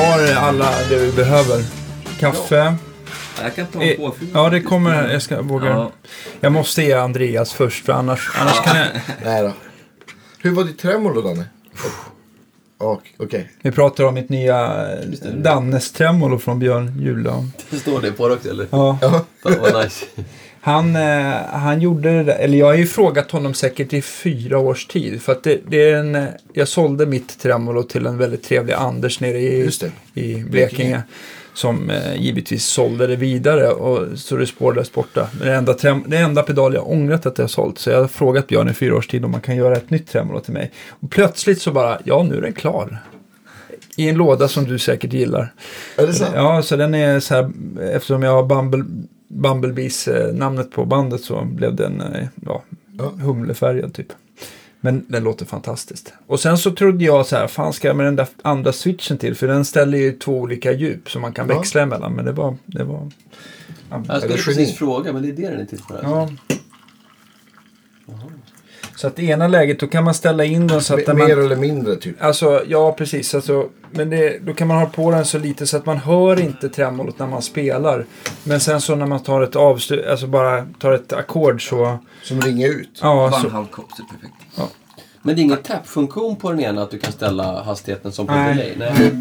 har alla det vi behöver. Kaffe. Ja. Jag kan ta en påfyll. Ja, det kommer. Jag ska våga. Ja. Jag måste ge Andreas först, för annars kan jag... Nej då. Hur var ditt tremolo, Danne? Okej. Vi pratar om mitt nya Dannes tremolo från Björn Juhl. Det står det på det också, eller? Ja. Det var nice. Han gjorde det där, eller jag har ju frågat honom säkert i 4 års tid. För att det är jag sålde mitt tremolo till en väldigt trevlig Anders nere i Blekinge. Som givetvis sålde det vidare och så det spårades borta. Det enda pedal jag ångrat att jag har sålt. Så jag har frågat Björn i 4 års tid om man kan göra ett nytt tremolo till mig. Och plötsligt så bara, nu är den klar. I en låda som du säkert gillar. Är det så? Ja, så den är så här, eftersom jag har Bumblebees namnet på bandet så blev den humlefärgad typ. Men den låter fantastiskt. Och sen så trodde jag så här, fan ska jag med den där andra switchen till? För den ställer ju 2 olika djup som man kan växla emellan. Men det var jag skulle precis fråga, men det är det den är till för. Ja. Så att i ena läget då kan man ställa in den så att mer eller mindre typ. Alltså, ja precis. Alltså, men då kan man ha på den så lite så att man hör inte tremolot när man spelar. Men sen så när man tar ett alltså bara tar ett ackord så... Som ringer ut. Ja, bara en halv kopp, så perfekt. Ja. Men det är ingen tappfunktion på den ena att du kan ställa hastigheten som på delay?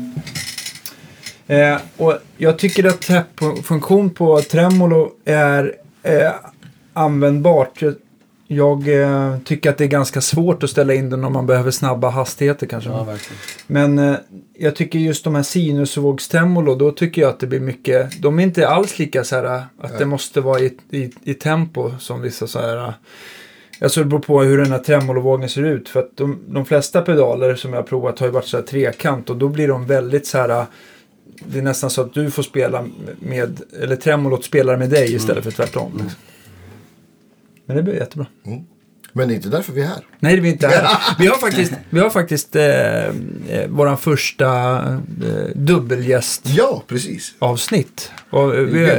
Nej. Och jag tycker att tappfunktion på tremolo är användbart. Jag tycker att det är ganska svårt att ställa in den om man behöver snabba hastigheter kanske. Ja, verkligen. Men jag tycker just de här sinusvågstremolo, då tycker jag att det blir mycket... De är inte alls lika så här att det måste vara i tempo som vissa så här... Alltså det beror på hur den här tremolovågen ser ut. För att de flesta pedaler som jag har provat har ju varit så här trekant. Och då blir de väldigt så här... Det är nästan så att du får spela med... Eller tremolot spelar med dig istället för tvärtom. Men det blir jättebra. Men det är inte därför vi är här. Nej, det är vi inte här. Vi har faktiskt våran första dubbelgäst. Ja, precis. Avsnitt. Och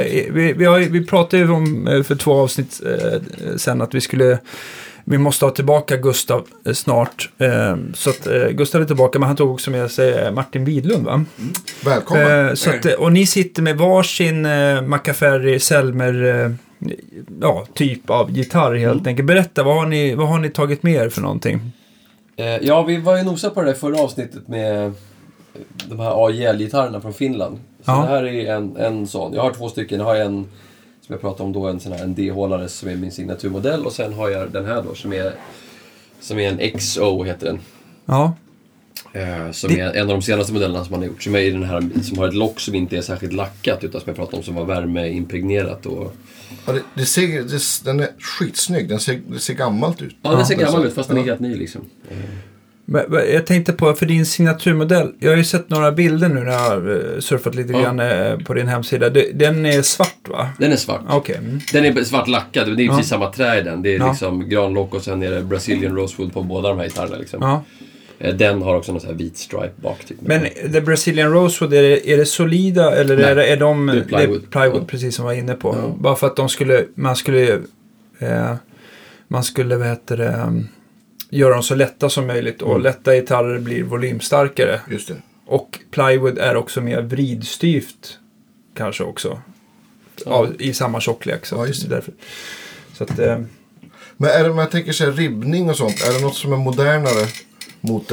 vi pratade ju om för 2 avsnitt sen att vi måste ha tillbaka Gustav snart. Så att Gustav är tillbaka, men han tog också med sig Martin Widlund, va? Välkommen. Så att, och ni sitter med varsin Macaferri Selmer typ av gitarr helt enkelt. Berätta, vad har ni tagit med er för någonting? Vi var ju nosa på det där förra avsnittet med de här AJL-gitarrerna från Finland. Så det här är en sån. Jag har 2 stycken. Jag har en som jag pratade om då, en sån här en D-hållare som är min signaturmodell. Och sen har jag den här då som är en XO heter den. Ja. Som är en av de senaste modellerna som man har gjort. Som är den här som har ett lock som inte är särskilt lackat, utan som jag pratade om som var värmeimpregnerat. Ja, den är skitsnygg. Det ser gammalt ut. Ja, den ser gammal ut fast den är helt ny liksom. Jag tänkte på, för din signaturmodell, jag har ju sett några bilder nu när jag har surfat lite grann på din hemsida. Den är svart, va? Den är svart. Okay. Den är svart lackad, det är precis samma trä i den. Det är liksom granlock och sen är det Brazilian Rosewood på båda de här gitarrerna liksom. Den har också någon sån här vit stripe bak typ. Men the Brazilian Rosewood, är det solida eller är de det är plywood precis som jag var inne på? Bara för att man skulle göra dem så lätta som möjligt, och lätta gitarrer blir volymstarkare. Just det. Och plywood är också mer vridstyvt kanske också. I samma tjocklek. Så just det. Därför. Så att, men är det, om jag tänker sig ribbning och sånt, är det något som är modernare mot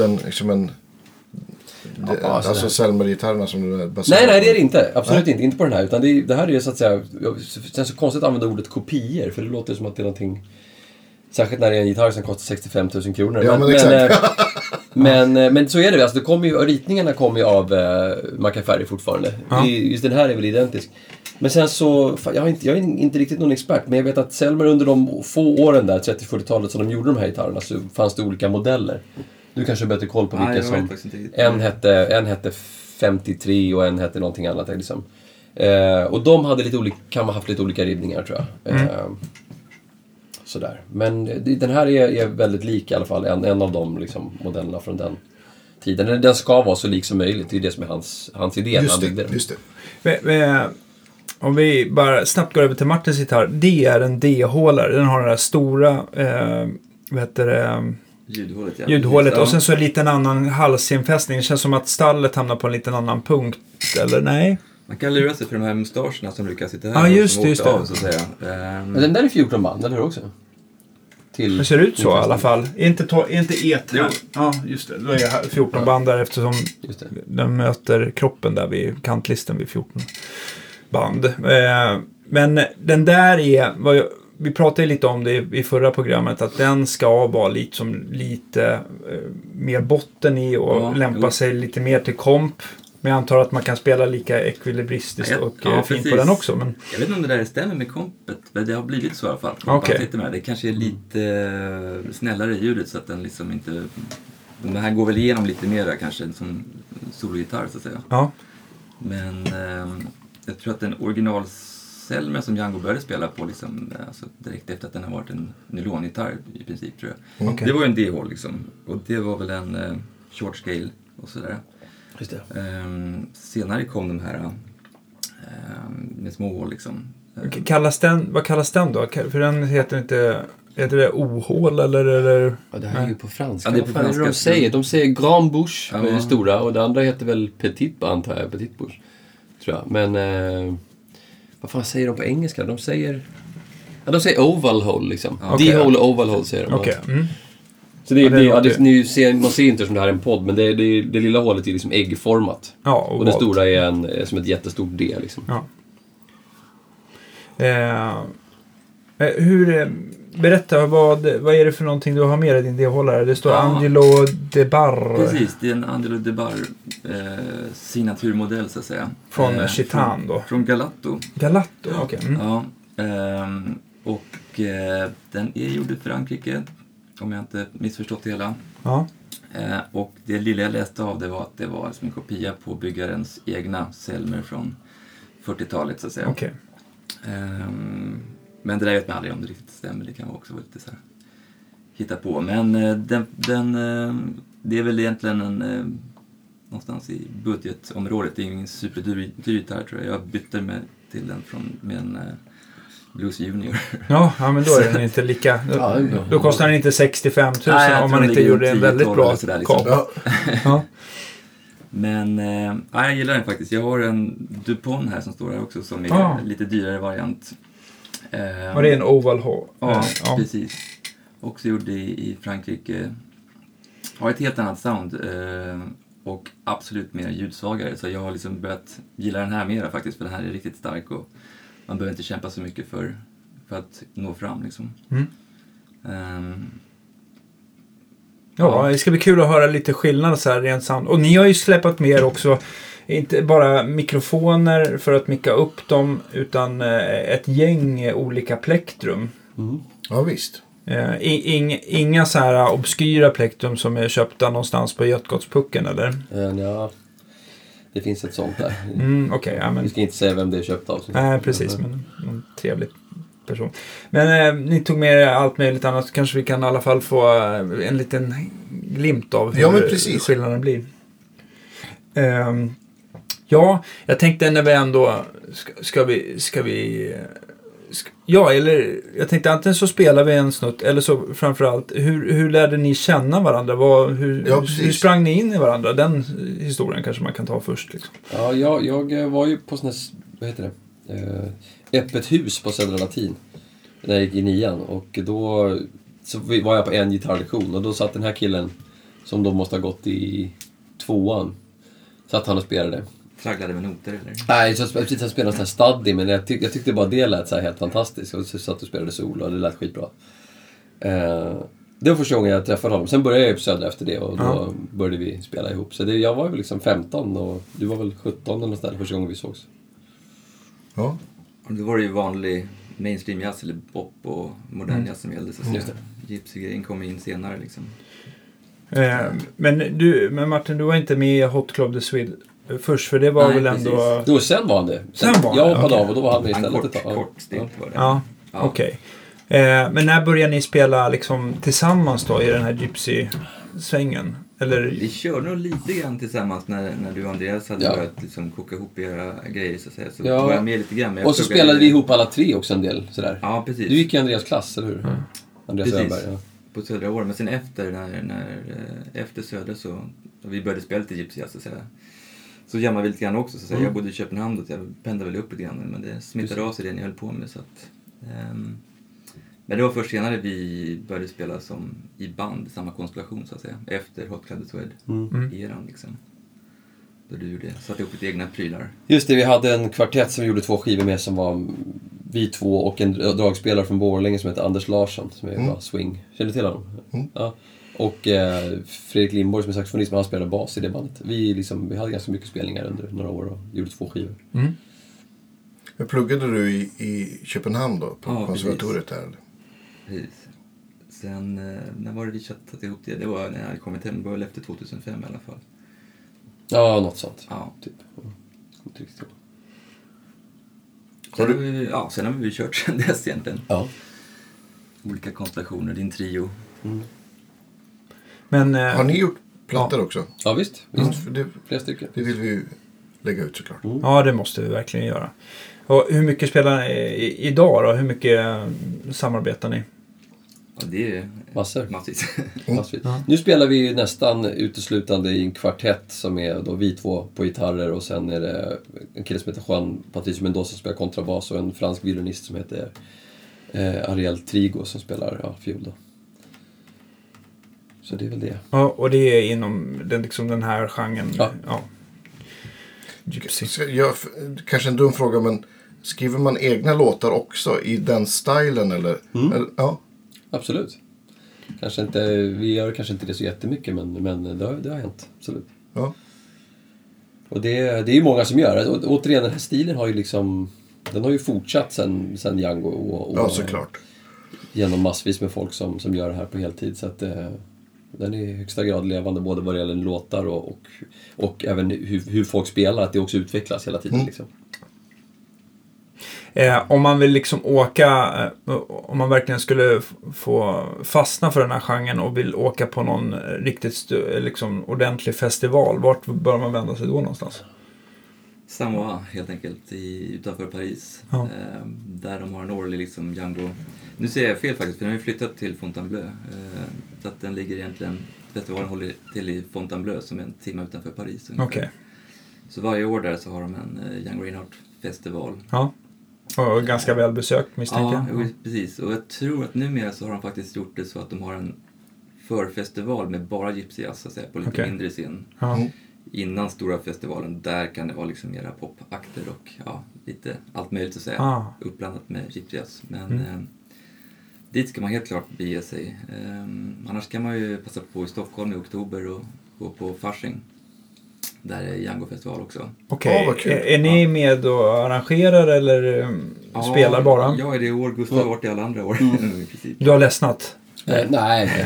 alltså Selmer-gitarrerna som du baserar? Nej, det är det inte. Absolut inte på den här. Utan det här är så att säga, det känns så konstigt att använda ordet kopior, för det låter som att det är någonting, särskilt när det är en gitarr som kostar 65 000 kronor. Ja, men så är det. Alltså, ritningarna kommer ju av Macaferri fortfarande. Just den här är väl identisk. Men sen så, jag är inte riktigt någon expert, men jag vet att Selmer under de få åren där, 30-40-talet, som de gjorde de här gitarrerna, så fanns det olika modeller. Du kanske har bättre koll på vilka som... En hette 53 och en hette någonting annat liksom. Och de hade kan ha haft lite olika ribbningar, tror jag. Sådär. Men den här är väldigt lik i alla fall. En av de liksom, modellerna från den tiden. Den ska vara så lik som möjligt. Det är det som är hans idé. Just det. Om vi bara snabbt går över till Martins gitarr. Det är en D-hålare. Den har den där stora... Ljudhålet. Och sen så en liten annan halsinfästning. Det känns som att stallet hamnar på en liten annan punkt. Eller nej? Man kan lura sig för de här mustascherna som brukar sitta här. Ja, just det. Av, så att säga. Men den där är 14 band, eller hur också? Det ser ut så i alla fall. Inte E3. Jo. Ja, just det. Då är jag 14 band där eftersom den möter kroppen där vid kantlisten vid 14 band. Men den där vi pratade lite om det i förra programmet, att den ska vara lite mer botten i och lämpa sig lite mer till komp. Men jag antar att man kan spela lika ekvilibristiskt och fint på den också. Men... Jag vet inte om det där stämmer med kompet, men det har blivit så i alla fall. Okay. Det kanske är lite snällare i ljudet så att den liksom inte... Den här går väl igenom lite mer kanske som sologitarr så att säga. Ja. Men jag tror att den original-Selmer som Django började spela på liksom, alltså direkt efter att den har varit en nylongitarr i princip tror jag. Okay. Det var ju en D-håll liksom. Och det var väl en short scale och sådär. Just det. Senare kom de här med små hål liksom. Vad kallas den då? För den heter det O-hål eller? Ja, det här är ju på franska. Ja, det är på franska. De säger? De säger Grand Bouche, det stora, och det andra heter väl Petit, antar jag, Petit Bouche, tror jag. Men vad fan säger de på engelska? De säger oval hole liksom. Okay. D-hole, oval hole säger de. Okej. Okay. Så man ser inte som det här är en podd, men det lilla hålet är liksom äggformat. Ja, och det stora är som ett jättestort D liksom. Ja. Berätta, vad är det för någonting du har med i din D-hållare? Det står Angelo De Bar. Precis, det är en Angelo De Bar signaturmodell så att säga. Från Chitan då? Från Galatto. Galatto, okej. Okay. Ja, och den är gjord i Frankrike, om jag inte missförstått det hela. Ja. Och det lilla jag läste av det var att det var som en kopia på byggarens egna Selmer från 40-talet så att säga. Okay. Men det där vet man aldrig om det riktigt stämmer. Det kan också vara lite så här hitta på. Men det är väl egentligen någonstans i budgetområdet. Det är ingen superdyr gitarr tror jag. Jag bytte till den med en Blues Junior. Ja, men då är den inte lika... Då kostar den inte 65 000 om man inte gjorde en väldigt bra kap. Ja. Men jag gillar den faktiskt. Jag har en Dupont här som står här också som är lite dyrare variant. Var det en oval H? Ja, precis. Också gjord i Frankrike. Har ett helt annat sound och absolut mer ljudsvagare. Så jag har liksom börjat gilla den här mer faktiskt, för den här är riktigt stark och man behöver inte kämpa så mycket för att nå fram liksom. Det ska bli kul att höra lite skillnad så här rent sound. Och ni har ju släppt mer också. Inte bara mikrofoner för att micka upp dem, utan ett gäng olika plektrum. Ja, visst. Inga så här obskyra plektrum som är köpta någonstans på Götgatspucken, eller? Ja, det finns ett sånt där. Okay, vi ska inte säga vem det är köpt av. Nej, precis. Men en trevlig person. Men ni tog med allt möjligt annat. Kanske vi kan i alla fall få en liten glimt av hur skillnaden blir. Jag tänkte när vi ändå jag tänkte antingen så spelar vi en snutt eller så framförallt hur lärde ni känna varandra? Hur sprang ni in i varandra? Den historien kanske man kan ta först liksom. Ja, jag var ju på sån här, vad heter det? Öppet hus på Södra Latin när jag gick i 9:an, och då så var jag på en gitarrlektion och då satt den här killen som då måste ha gått i 2:an, satt han och spelade. Tragglade med noter eller? Nej, jag spelade en sån här studdy, men jag tyckte bara det lät så här helt fantastiskt. Och så satt och spelade solo och det lät skitbra. Det var första gången jag träffade honom. Sen började jag på Södra efter det och då började vi spela ihop. Så jag var väl liksom 15 och du var väl 17 eller något där första gången vi sågs. Ja. Och då var det ju vanlig mainstream jazz eller pop och modern jazz som gällde. Så Gypsy-grejen kom in senare liksom. Men Martin, du var inte med i Hot Club The Swede först, för det var väl ändå... Då sen var han det. Jag hoppade av och då var han med istället. En kort stint var det. Ja. Okej. Men när började ni spela liksom tillsammans då i den här Gypsy-svängen? Eller... Vi körde nog lite grann tillsammans när du och Andreas hade börjat liksom koka ihop era grejer så att säga. Så var jag med lite grann. Och så spelade vi ihop alla tre också en del sådär. Ja, precis. Du gick i Andreas klass, eller hur? Andreas Öberg, på södra år, men sen efter södra så vi började spela lite Gypsy Jazz så jammade vi lite grann också så att säga. Jag bodde i Köpenhamn och jag pendlade väl upp lite grann, men det smittade av sig det ni höll på med så att men det var först senare vi började spela som i band, samma konstellation så att säga, efter Hot Club Swed-eran liksom. Då du satte upp lite egna prylar. Just det, vi hade en kvartett som vi gjorde 2 skivor med som var vi 2 och en dragspelare från Borlänge som heter Anders Larsson som är bara swing. Känner du till honom? Ja. Och Fredrik Lindborg som är saxofonist, men han spelade bas i det bandet. Vi hade ganska mycket spelningar under några år och gjorde 2 skivor. Men pluggade du i Köpenhamn då? På konservatoriet där? Precis. Sen, när var det vi satte ihop det? Det var när jag hade kommit hem, det var väl efter 2005 i alla fall. Ja, något sånt. Ja. Typ. Sen har vi kört sen dess egentligen. Ja. Olika konstellationer, din trio. Men, har ni gjort plattor också? Ja, visst. Flera stycken. Det vill vi ju lägga ut såklart. Ja, det måste vi verkligen göra. Och hur mycket spelar ni idag då? Hur mycket samarbetar ni? Ja, det är massvis. Nu spelar vi nästan uteslutande i en kvartett som är då vi 2 på gitarrer och sen är det en kille som heter Juan Patricio Mendoza som spelar kontrabas och en fransk violinist som heter Ariel Trigo som spelar fiol då. Så det är väl det. Ja, och det är inom den här genren. Ja. Gypsy. Kanske en dum fråga, men skriver man egna låtar också i den stilen eller? Ja. Absolut. Vi gör kanske inte det så jättemycket, men det har hänt. Absolut. Ja. Och det är ju många som gör det. Och återigen, den här stilen har ju den har ju fortsatt sen Django och såklart. Genom massvis med folk som gör det här på heltid. Så att den är i högsta grad levande både vad det gäller låtar och även hur folk spelar. Att det också utvecklas hela tiden liksom. Om man vill liksom åka, om man verkligen skulle få fastna för den här genren och vill åka på någon riktigt ordentlig festival, vart bör man vända sig då någonstans? Samoa helt enkelt utanför Paris. Ja. Där de har en årlig Django. Nu ser jag fel faktiskt, för den har ju flyttat till Fontainebleau. Så att den ligger egentligen, festivalen håller till i Fontainebleau som är en timme utanför Paris. Okej. Så varje år där så har de en Django Reinhardt-festival. Ja. Och ganska välbesökt misstänker jag. Ja, precis. Och jag tror att numera så har de faktiskt gjort det så att de har en förfestival med bara Gypsy Jazz, så att säga, på lite mindre scen. Ja. Innan stora festivalen, där kan det vara mera popakter och lite allt möjligt så att säga. Uppblandat med Gypsy Jazz. Men dit ska man helt klart bege sig. Annars kan man ju passa på i Stockholm i oktober och gå på Fasching. Där är Django-festival också. Okej. Är ni med och arrangerar eller spelar bara? Jag är det i år, Gustav har varit i alla andra år. Du har ledsnat? Nej. Det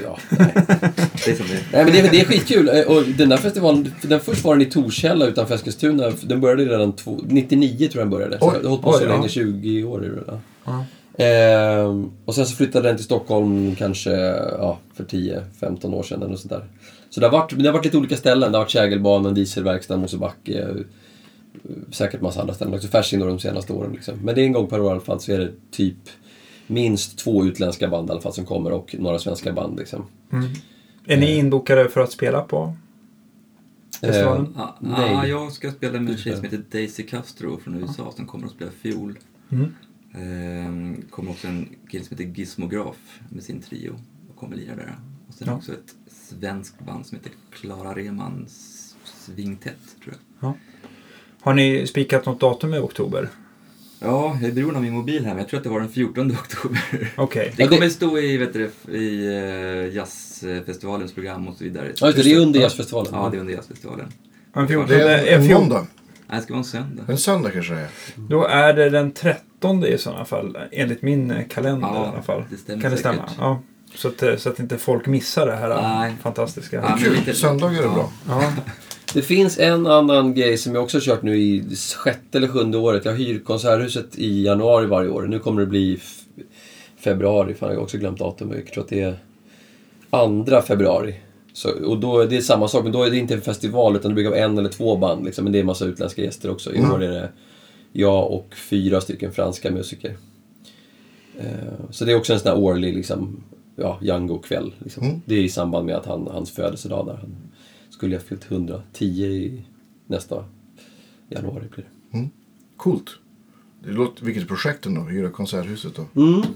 är som det. Nej, men det är skitkul. Och den där festivalen, först var den i Torshälla utanför Eskilstuna. Den började redan 99 tror jag den började. Så jag har hållit på så länge, 20 år. Och sen så flyttade den till Stockholm kanske för 10-15 år sedan eller sånt där. Så det har varit lite olika ställen. Det har varit Kägelbanan, Dieselverkstan, Mosebacke, säkert massa andra ställen också. Fasching de senaste åren liksom. Men det är en gång per år i alla fall, så är det typ minst 2 utländska band i alla fall som kommer och några svenska band liksom. Är ni inbokade för att spela på festivalen? Nej, jag ska spela med en tjej som heter Daisy Castro från USA som kommer att spela fiol. Kommer också en kille som heter Gizmograf med sin trio och kommer lira där. Och sen också ett svenskt band som heter Klara Remans Svingtätt, tror jag. Har ni spikat något datum i oktober? Ja, jag är beroende av min mobil här, men jag tror att det var den 14 oktober. Okej. Det kommer stå i jazzfestivalens program och så vidare. Ja, det är under jazzfestivalen. Ja, det är under jazzfestivalen. Det är en måndag. Nej, det ska vara en söndag. En söndag kanske det är. Då är det den 13 i sådana fall, enligt min kalender i alla fall. Det stämmer kan det stämma? säkert. Ja. Så att inte folk missar det här fantastiska. Ja, kul. Söndagar är det bra. Ja. Det finns en annan grej som jag också har kört nu i 6:e eller 7:e året. Jag hyr Konserthuset i januari varje år. Nu kommer det bli februari. Fan, jag har också glömt datum. Jag tror att det är 2 februari. Och då det är samma sak, men då är det inte en festival utan det brukar vara 1 eller 2 band. Liksom. Men det är en massa utländska gäster också. I år är det jag och 4 stycken franska musiker. Så det är också en sån här årlig liksom, Django-kväll. Liksom. Det är i samband med att hans födelsedag där. Han skulle ha fyllt 110 i nästa januari blir det. Coolt. Det låter, vilket projekt då? Hyra konserthuset då?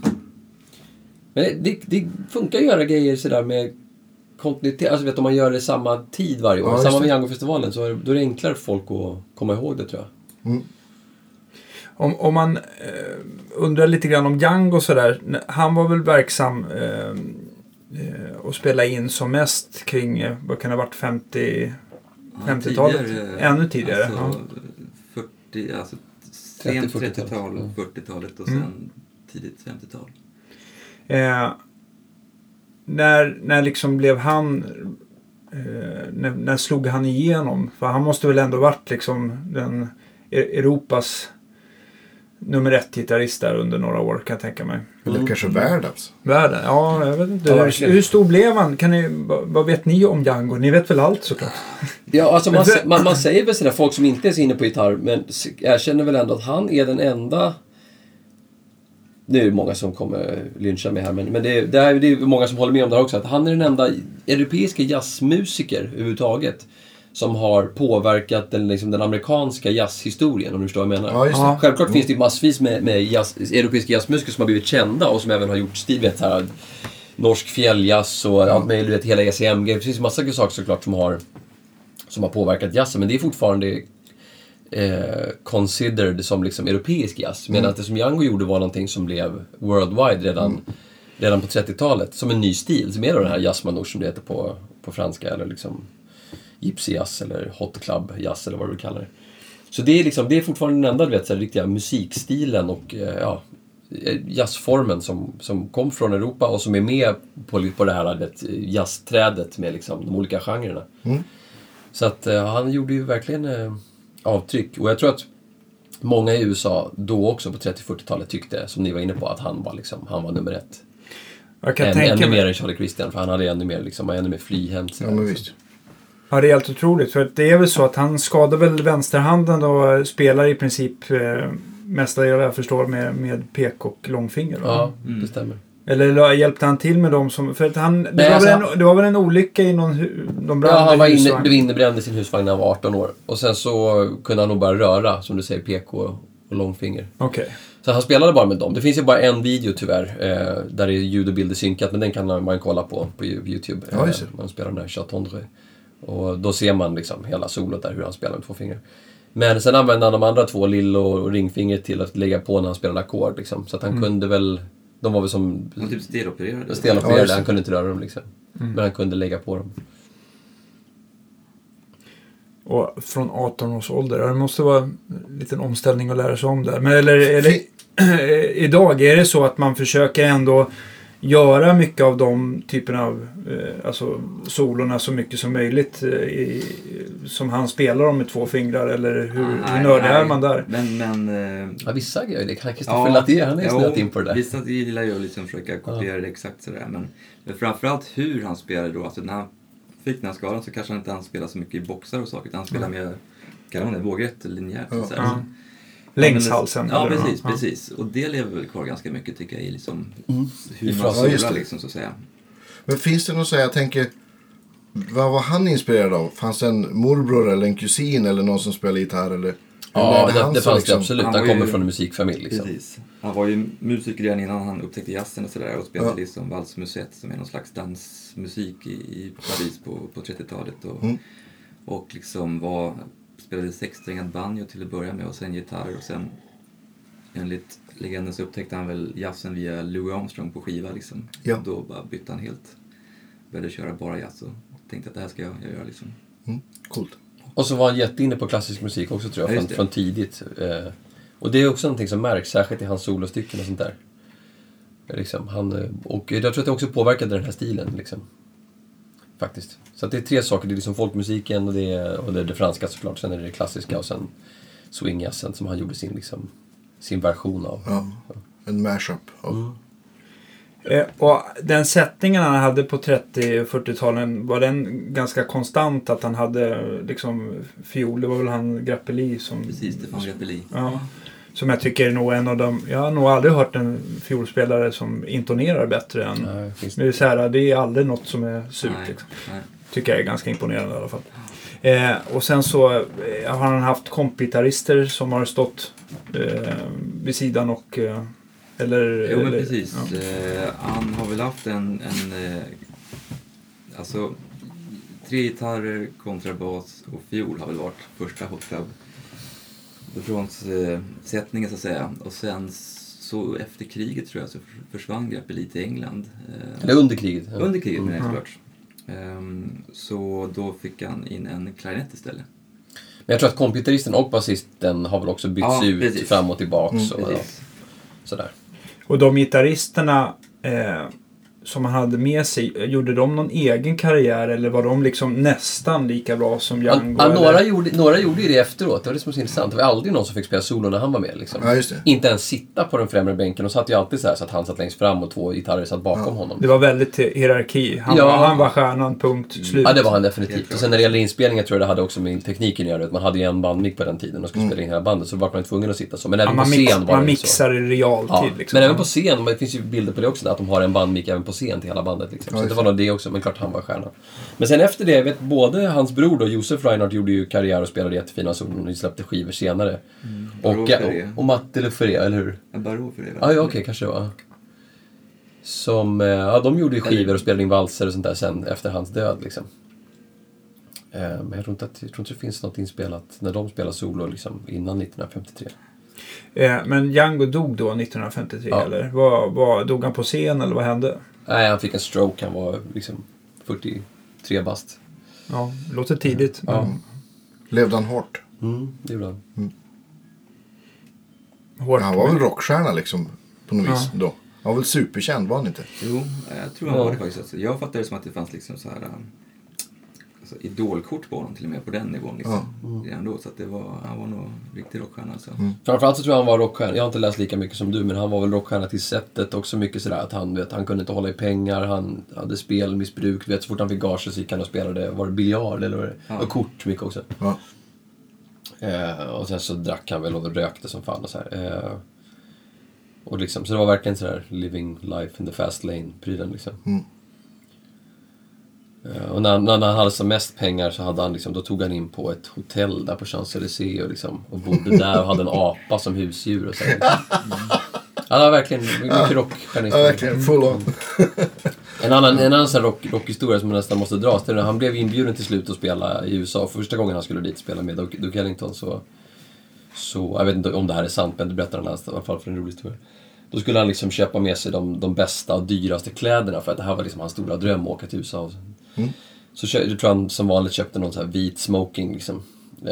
Men det funkar ju att göra grejer sådär med kontinuitet. Alltså vet om man gör det samma tid varje år. Samma med Django-festivalen. Så då är det enklare för folk att komma ihåg det, tror jag. Om man undrar lite grann om Django sådär. Han var väl verksam och spela in som mest kring, vad kan det ha varit, 50-talet? Ännu tidigare. Alltså, 40, alltså 30-tal och 40-talet och sen tidigt 50-tal. När liksom blev han när slog han igenom? För han måste väl ändå varit liksom den Europas nummer 1-gitarrist där under några år, kan jag tänka mig. Eller kanske världens. Världen, ja, jag vet inte. Hur stor blev han? Vad vet ni om Django? Ni vet väl allt såklart? Ja, alltså man säger väl sådär, folk som inte är så inne på gitarr, men jag känner väl ändå att han är den enda. Det är många som kommer lyncha med här, men det är många som håller med om det här också, att han är den enda europeiska jazzmusiker överhuvudtaget som har påverkat den amerikanska jazzhistorien, om du förstår vad jag menar. Ja, just det. Självklart finns det massvis med europeiska jazzmusiker som har blivit kända och som även har gjort stil, vet här, norsk fjälljazz och allt möjligt, hela ECMG. Det finns massa saker såklart som har påverkat jazzen, men det är fortfarande considered som liksom europeisk jazz. Medan att det som Django gjorde var någonting som blev worldwide redan på 30-talet, som en ny stil, som är då den här jazzmanouche som det heter på franska, eller liksom gypsy jazz eller hot club jazz eller vad du kallar det. Så det är liksom, det är fortfarande den enda, du vet, så här, riktiga musikstilen och jazzformen som kom från Europa och som är med på det här jazzträdet med liksom de olika genrerna. Så att han gjorde ju verkligen avtryck, och jag tror att många i USA då också på 30-40-talet tyckte, som ni var inne på, att han var nummer 1. Jag kan tänka ännu mig mer än Charlie Christian, för han hade ännu mer flyhänt. Ja, men visst. Ja, det är helt otroligt. För det är väl så att han skadar väl vänsterhanden och spelar i princip mestadels, jag förstår, med pek och långfinger. Va? Ja, det stämmer. Eller hjälpte han till med dem som... För att det var väl en olycka i de brände han blev innebränd i sin husvagn när han var 18 år. Och sen så kunde han nog bara röra, som du säger, pek och långfinger. Okej. Så han spelade bara med dem. Det finns ju bara en video tyvärr, där är ljud och bilder synkat, men den kan man kolla på YouTube. Ja, man spelar den här Chatondre. Och då ser man liksom hela solot där, hur han spelar med 2 fingrar. Men sen använde han de andra 2, lill och ringfinger, till att lägga på när han spelade ackord liksom. Så att han kunde väl, de var väl som typ stelopererade. Stelopererade, han kunde inte röra dem liksom. Men han kunde lägga på dem. Och från 18 års ålder, det måste vara en liten omställning att lära sig om där. Men eller idag är det så att man försöker ändå göra mycket av de typerna av solorna så mycket som möjligt som han spelar om med 2 fingrar, eller hur nördig är man där? Men vissa grejer, det kan Kristoffer Latier, han är snöat in på det där. Vissa gillar ju att liksom försöka kopiera det exakt sådär, men framförallt hur han spelade då, alltså när han fick den här skadan så kanske han inte spelar så mycket i boxar och saker, utan han spelar mer, kallar man det, vågrätt eller linjärt. Längs halsen. Ja, precis. Och det lever väl kvar ganska mycket, tycker jag, i liksom hur man solar, liksom, så att säga. Men finns det något så här, jag tänker, vad var han inspirerad av? Fanns det en morbror eller en kusin eller någon som spelade gitarr? Eller, ja, det fanns det absolut. Han kommer från en musikfamilj. Liksom. Precis. Han var ju musiker redan innan han upptäckte jazzen och sådär, och spelade liksom valsmusett, som är någon slags dansmusik i Paris på 30-talet. Och liksom spelade 6-strängad banjo till att börja med, och sen gitarr, och sen enligt legenden så upptäckte han väl jazzen via Louis Armstrong på skiva liksom. Ja. Då bara bytte han helt, började köra bara jazz och tänkte att det här ska jag göra liksom. Coolt. Och så var han jätteinne på klassisk musik också, tror jag, från tidigt. Och det är också någonting som märks särskilt i hans solostycken och sånt där. Liksom, och jag tror att det också påverkade den här stilen liksom. Faktiskt. Så att det är 3 saker. Det är liksom folkmusiken och det är det franska såklart. Sen är det klassiska och sen swingjazzen som han gjorde sin version av. Ja, en mashup. Och den sättningen han hade på 30- och 40-talen, var den ganska konstant, att han hade liksom fiol? Det var väl han Grappelli som... Precis, det fanns Grappelli. Ja. som jag tycker är nog en av dem. Jag har nog aldrig hört en fiolspelare som intonerar bättre än... det är så här, det är aldrig något som är surt. Liksom. Tycker jag är ganska imponerande i alla fall. Och sen så har han haft kompgitarrister som har stått vid sidan och... eller, men precis. Ja. Han har väl haft alltså 3 gitarrer, kontrabas och fiol har väl varit första Hot Club sättningen så att säga. Och sen så efter kriget tror jag så försvann Grappe lite i England. Eller under kriget. Ja. Under kriget men såklart. Så då fick han in en klarinett istället. Men jag tror att kompgitarristen och basisten har väl också bytts ut fram och tillbaks. Och sådär. Och de gitarristerna som han hade med sig, gjorde de någon egen karriär eller var de liksom nästan lika bra som Django? Några gjorde ju det efteråt, det var det som var så intressant. Det var aldrig någon som fick spela solo när han var med. Liksom. Ja, just det. Inte ens sitta på den främre bänken, och satt ju alltid så här så att han satt längst fram och 2 gitarrer satt bakom honom. Det var väldigt hierarki. Han var stjärnan, punkt, slut. Ja, det var han definitivt. Och sen när det gäller inspelningen tror jag det hade också med tekniken att göra. Man hade ju en bandmick på den tiden och skulle spela in hela bandet, så var man tvungen att sitta så. Men även på scen var man mixar i realtid. Liksom. Men även på scen, det finns ju bilder på det också, där, att de har en bandmick även på scen till hela bandet. Liksom. Så det var nog det också, men klart han var stjärna. Men sen efter det, jag vet, både hans bror då, Josef Reinhardt, gjorde ju karriär och spelade jättefina solon och släppte skivor senare. Och Matte Leferé, eller hur? Barreau för det. Ja, okej, kanske det var. Som, de gjorde ju skivor och spelade in valser och sånt där sen efter hans död liksom. Men jag tror inte det finns något inspelat när de spelar solo liksom, innan 1953. Men Django dog då 1953 eller? Dog han på scen eller vad hände? Nej, han fick en stroke. Han var liksom 43 bast. Ja, låter tidigt. Ja. Levde han hårt? Det gjorde han. Hårt. Han var väl rockstjärna liksom på något vis då. Han var väl superkänd, var han inte? Jo, jag tror han var det faktiskt. Alltså, jag fattade det som att det fanns liksom så här idolkort på honom till och med på den nivån liksom. Ändå, så att han var nog riktig rockstjärna alltså. Framförallt så tror jag han var rockstjärna. Jag har inte läst lika mycket som du, men han var väl rockstjärna till sättet också mycket sådär att han kunde inte hålla i pengar, han hade spelmissbruk, så fort han fick gage så gick han och spelade, var det biljard eller och kort mycket också. Ja. Och sen så drack han väl och rökte som fan och så här. Och liksom, så det var verkligen så här living life in the fast lane-pryden liksom. Och när han hade som mest pengar så hade han liksom, då tog han in på ett hotell där på Champs-Élysées och liksom, och bodde där och hade en apa som husdjur och så. Han var verkligen mycket rockstjärnist. Ja, verkligen, full on. En annan sån rockhistoria som man nästan måste dras till, han blev inbjuden till slut att spela i USA. Första gången han skulle dit spela med Duke Ellington så jag vet inte om det här är sant, men det berättar han i alla fall för en rolig historia. Då skulle han liksom köpa med sig de bästa och dyraste kläderna, för att det här var liksom hans stora dröm att åka till USA. Så jag tror han som vanligt köpte någon så här vit smoking liksom.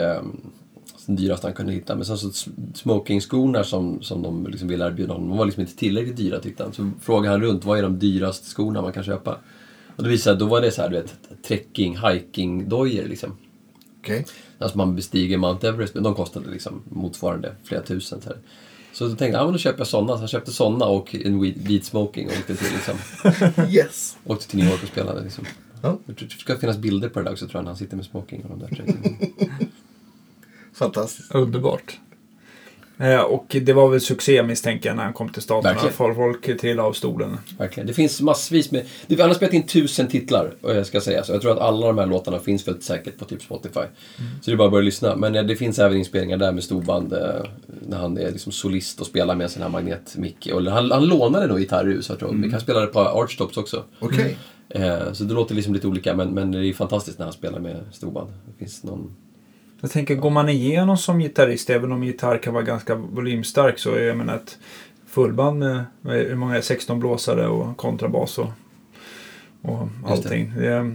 Den dyraste han kunde hitta. Men sen så smoking-skorna som de liksom ville erbjuda honom, de var liksom inte tillräckligt dyra tyckte han. Så frågade han runt, vad är de dyraste skorna man kan köpa? Och det visade, då var det så här, du vet, trekking, hiking-dojor liksom. Okej. Alltså man bestiger Mount Everest, men de kostade liksom motsvarande flera tusen så här. Så då tänkte jag, men då köper jag sådana. Så jag köpte sådana och en vit smoking och åkte till liksom. Yes. Åkte till New York och spelade liksom. Jag tror det ska finnas bilder på det där också, tror jag, när han sitter med smoking och de där. Fantastiskt. Underbart. Och det var väl succé misstänker jag när han kom till staterna. Folk till av stolen. Verkligen. Det finns massvis med... Han har spelat in 1000 titlar, ska jag säga. Så jag tror att alla de här låtarna finns väldigt säkert på typ Spotify. Så det är bara att börja lyssna. Men det finns även inspelningar där med storband när han är liksom solist och spelar med en sån här magnetmick. Han lånade nog gitarr ur, så jag tror. Vi kan spela det på Archtops också. Okej. Så det låter liksom lite olika, men det är fantastiskt när han spelar med storband. Det finns någon... Jag tänker, går man igenom som gitarrist, även om gitarr kan vara ganska volymstark, så är jag menar ett fullband med hur många är 16 blåsare och kontrabas och allting.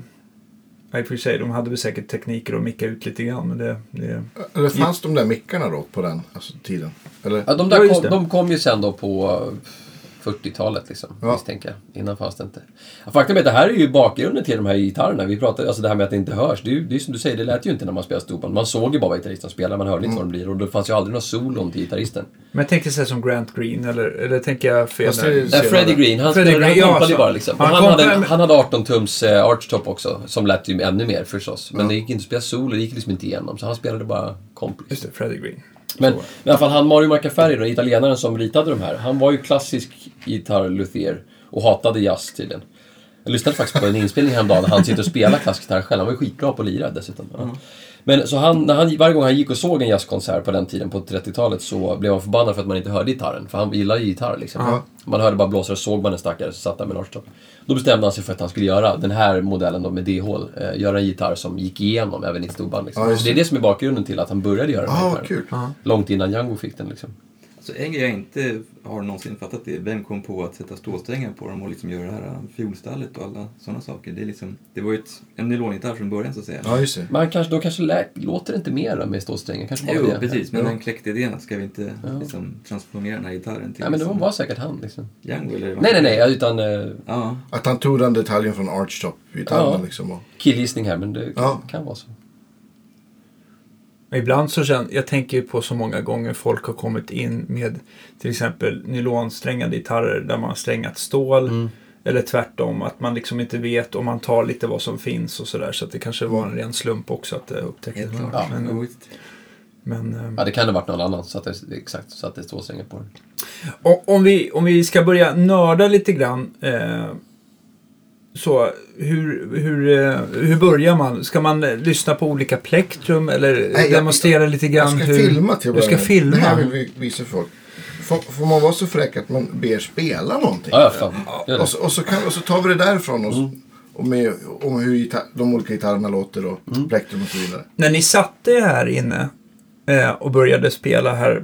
I och för sig, de hade väl säkert tekniker att micka ut lite grann, men det fanns de där mickarna då på den tiden? Eller? Ja, de kom ju sen då på 40-talet liksom, misstänker jag. Innan fanns det inte. Faktum är att det här är ju bakgrunden till de här gitarrerna. Vi pratar, alltså det här med att det inte hörs. Det är som du säger, det lät ju inte när man spelar storband. Man såg ju bara vad gitarristen spelade, man hörde inte vad de blir. Och det fanns ju aldrig någon solon till gitarristen. Men jag tänkte säga som Grant Green, eller tänker jag fel? Freddie Green, han kompade ju bara liksom. Han hade 18 tums archtop också, som lät ju ännu mer förstås. Men det gick inte att spela solo, det gick liksom inte igenom. Så han spelade bara komp. Just det, Freddie Green. Men i alla fall han Mario Macaferri då, italienaren som ritade de här. Han var ju klassisk gitarrluthier och hatade jazz tydligen. Jag lyssnade faktiskt på en inspelning häromdagen när han sitter och spelar klassisk gitarr själv. Han var ju skitbra på att lira dessutom. Ja. Men så varje gång han gick och såg en jazzkonsert på den tiden på 30-talet så blev han förbannad för att man inte hörde gitarren. För han gillade ju gitarr liksom. Man hörde bara blåsare, såg man en stackare så satt där med larstopp. Då bestämde han sig för att han skulle göra den här modellen då med D-hål. Göra en gitarr som gick igenom även i ett storband liksom. Så det är det som är bakgrunden till att han började göra den här gitarren. Långt innan Django fick den liksom. Så en grej jag inte har någonsin fattat det. Vem kom på att sätta ståsträngar på dem och liksom göra det här fiolstallet och alla sådana saker. Det är liksom, det var ju en nylongitarr från början så att säga. Ja, just det. Man kanske låter det inte mer med ståsträngar. Kanske jo, precis. Men den kläckte idén ska vi inte liksom transformera den här gitarren till... Nej, men det var säkert han liksom. Django eller... Nej, utan... Att han tog den detaljen från Archtop-gitarren liksom. Och... Killgissning här, men det kan vara så. Ibland så jag tänker på så många gånger folk har kommit in med till exempel nylonsträngade gitarrer där man har strängat stål eller tvärtom, att man liksom inte vet om man tar lite vad som finns och sådär, så att det kanske var en ren slump också att det upptäcktes. Men det kan ha varit någon annan så att det exakt så att det står strängar på den. Om vi ska börja nörda lite grann så hur börjar man? Ska man lyssna på olika plektrum eller demonstrera lite grann? Jag ska filma till att börja. Du ska filma? Det här vill vi visa folk. Får man vara så fräck att man ber spela någonting? Ja, fan. Och så tar vi det därifrån om hur de olika gitarrerna låter och plektrum och så vidare. När ni satte här inne och började spela här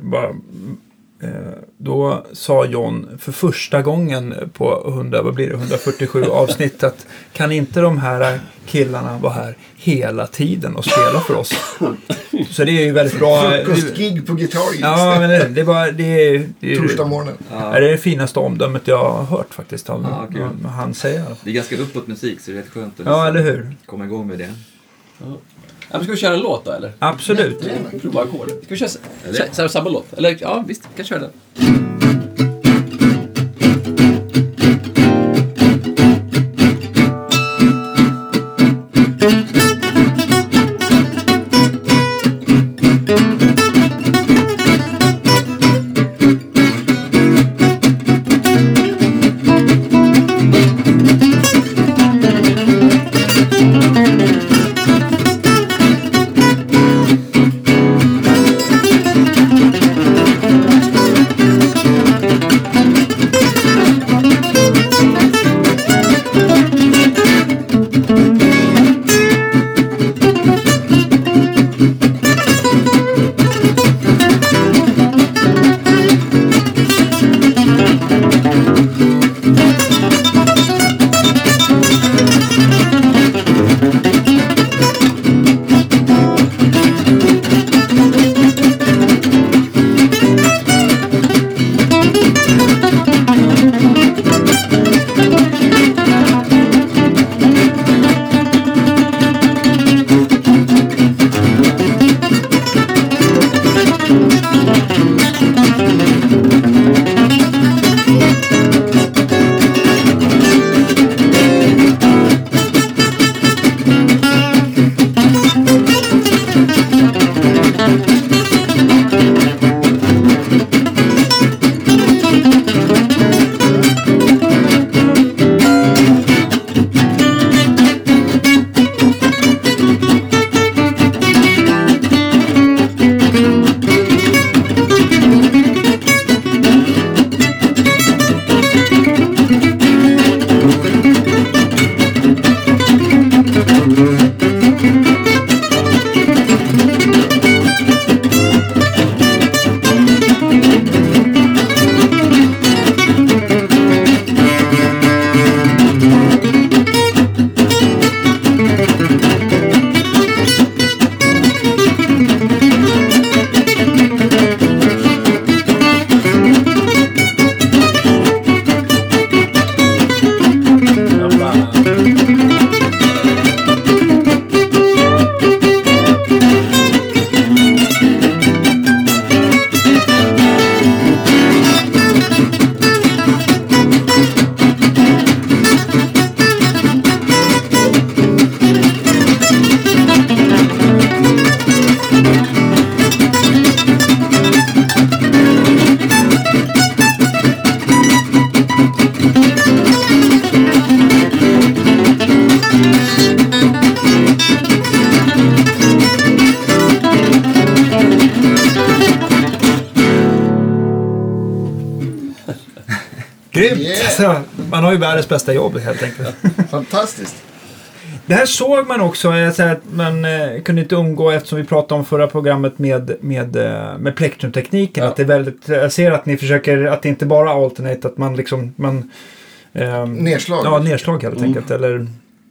då sa John för första gången på 147 avsnitt att kan inte de här killarna vara här hela tiden och spela för oss? Så det är ju väldigt bra. Frukostgig på gitarr. Ja, men det är torsdag morgonen. Ja. Det är det finaste omdömet jag har hört faktiskt. Han säger. Det är ganska uppåt musik så det är rätt skönt att eller hur? Komma igång med det. Ja, ska vi köra en låt då, eller? Absolut. Prova ackord. Ska vi köra samma låt? Eller, ja, visst, vi kan köra den. Grymt! Så, man har ju världens bästa jobb helt enkelt. Fantastiskt. Det här såg man också, att man kunde inte undgå, eftersom vi pratade om förra programmet med plektrumtekniken, att det är väldigt, jag ser att ni försöker, att det inte bara alternate, att man liksom, nedslag. Ja, nedslag helt enkelt, eller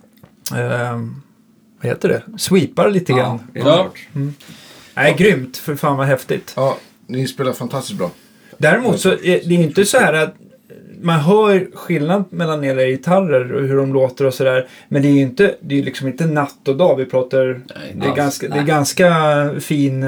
vad heter det? Sweepar lite grann. Ja. Nej, grymt, för fan vad häftigt. Ja, ni spelar fantastiskt bra. Däremot så är det inte så här att man hör skillnad mellan era gitarrer och hur de låter och sådär. Men det är ju inte, det är liksom inte natt och dag. Vi pratar, det är ganska fin,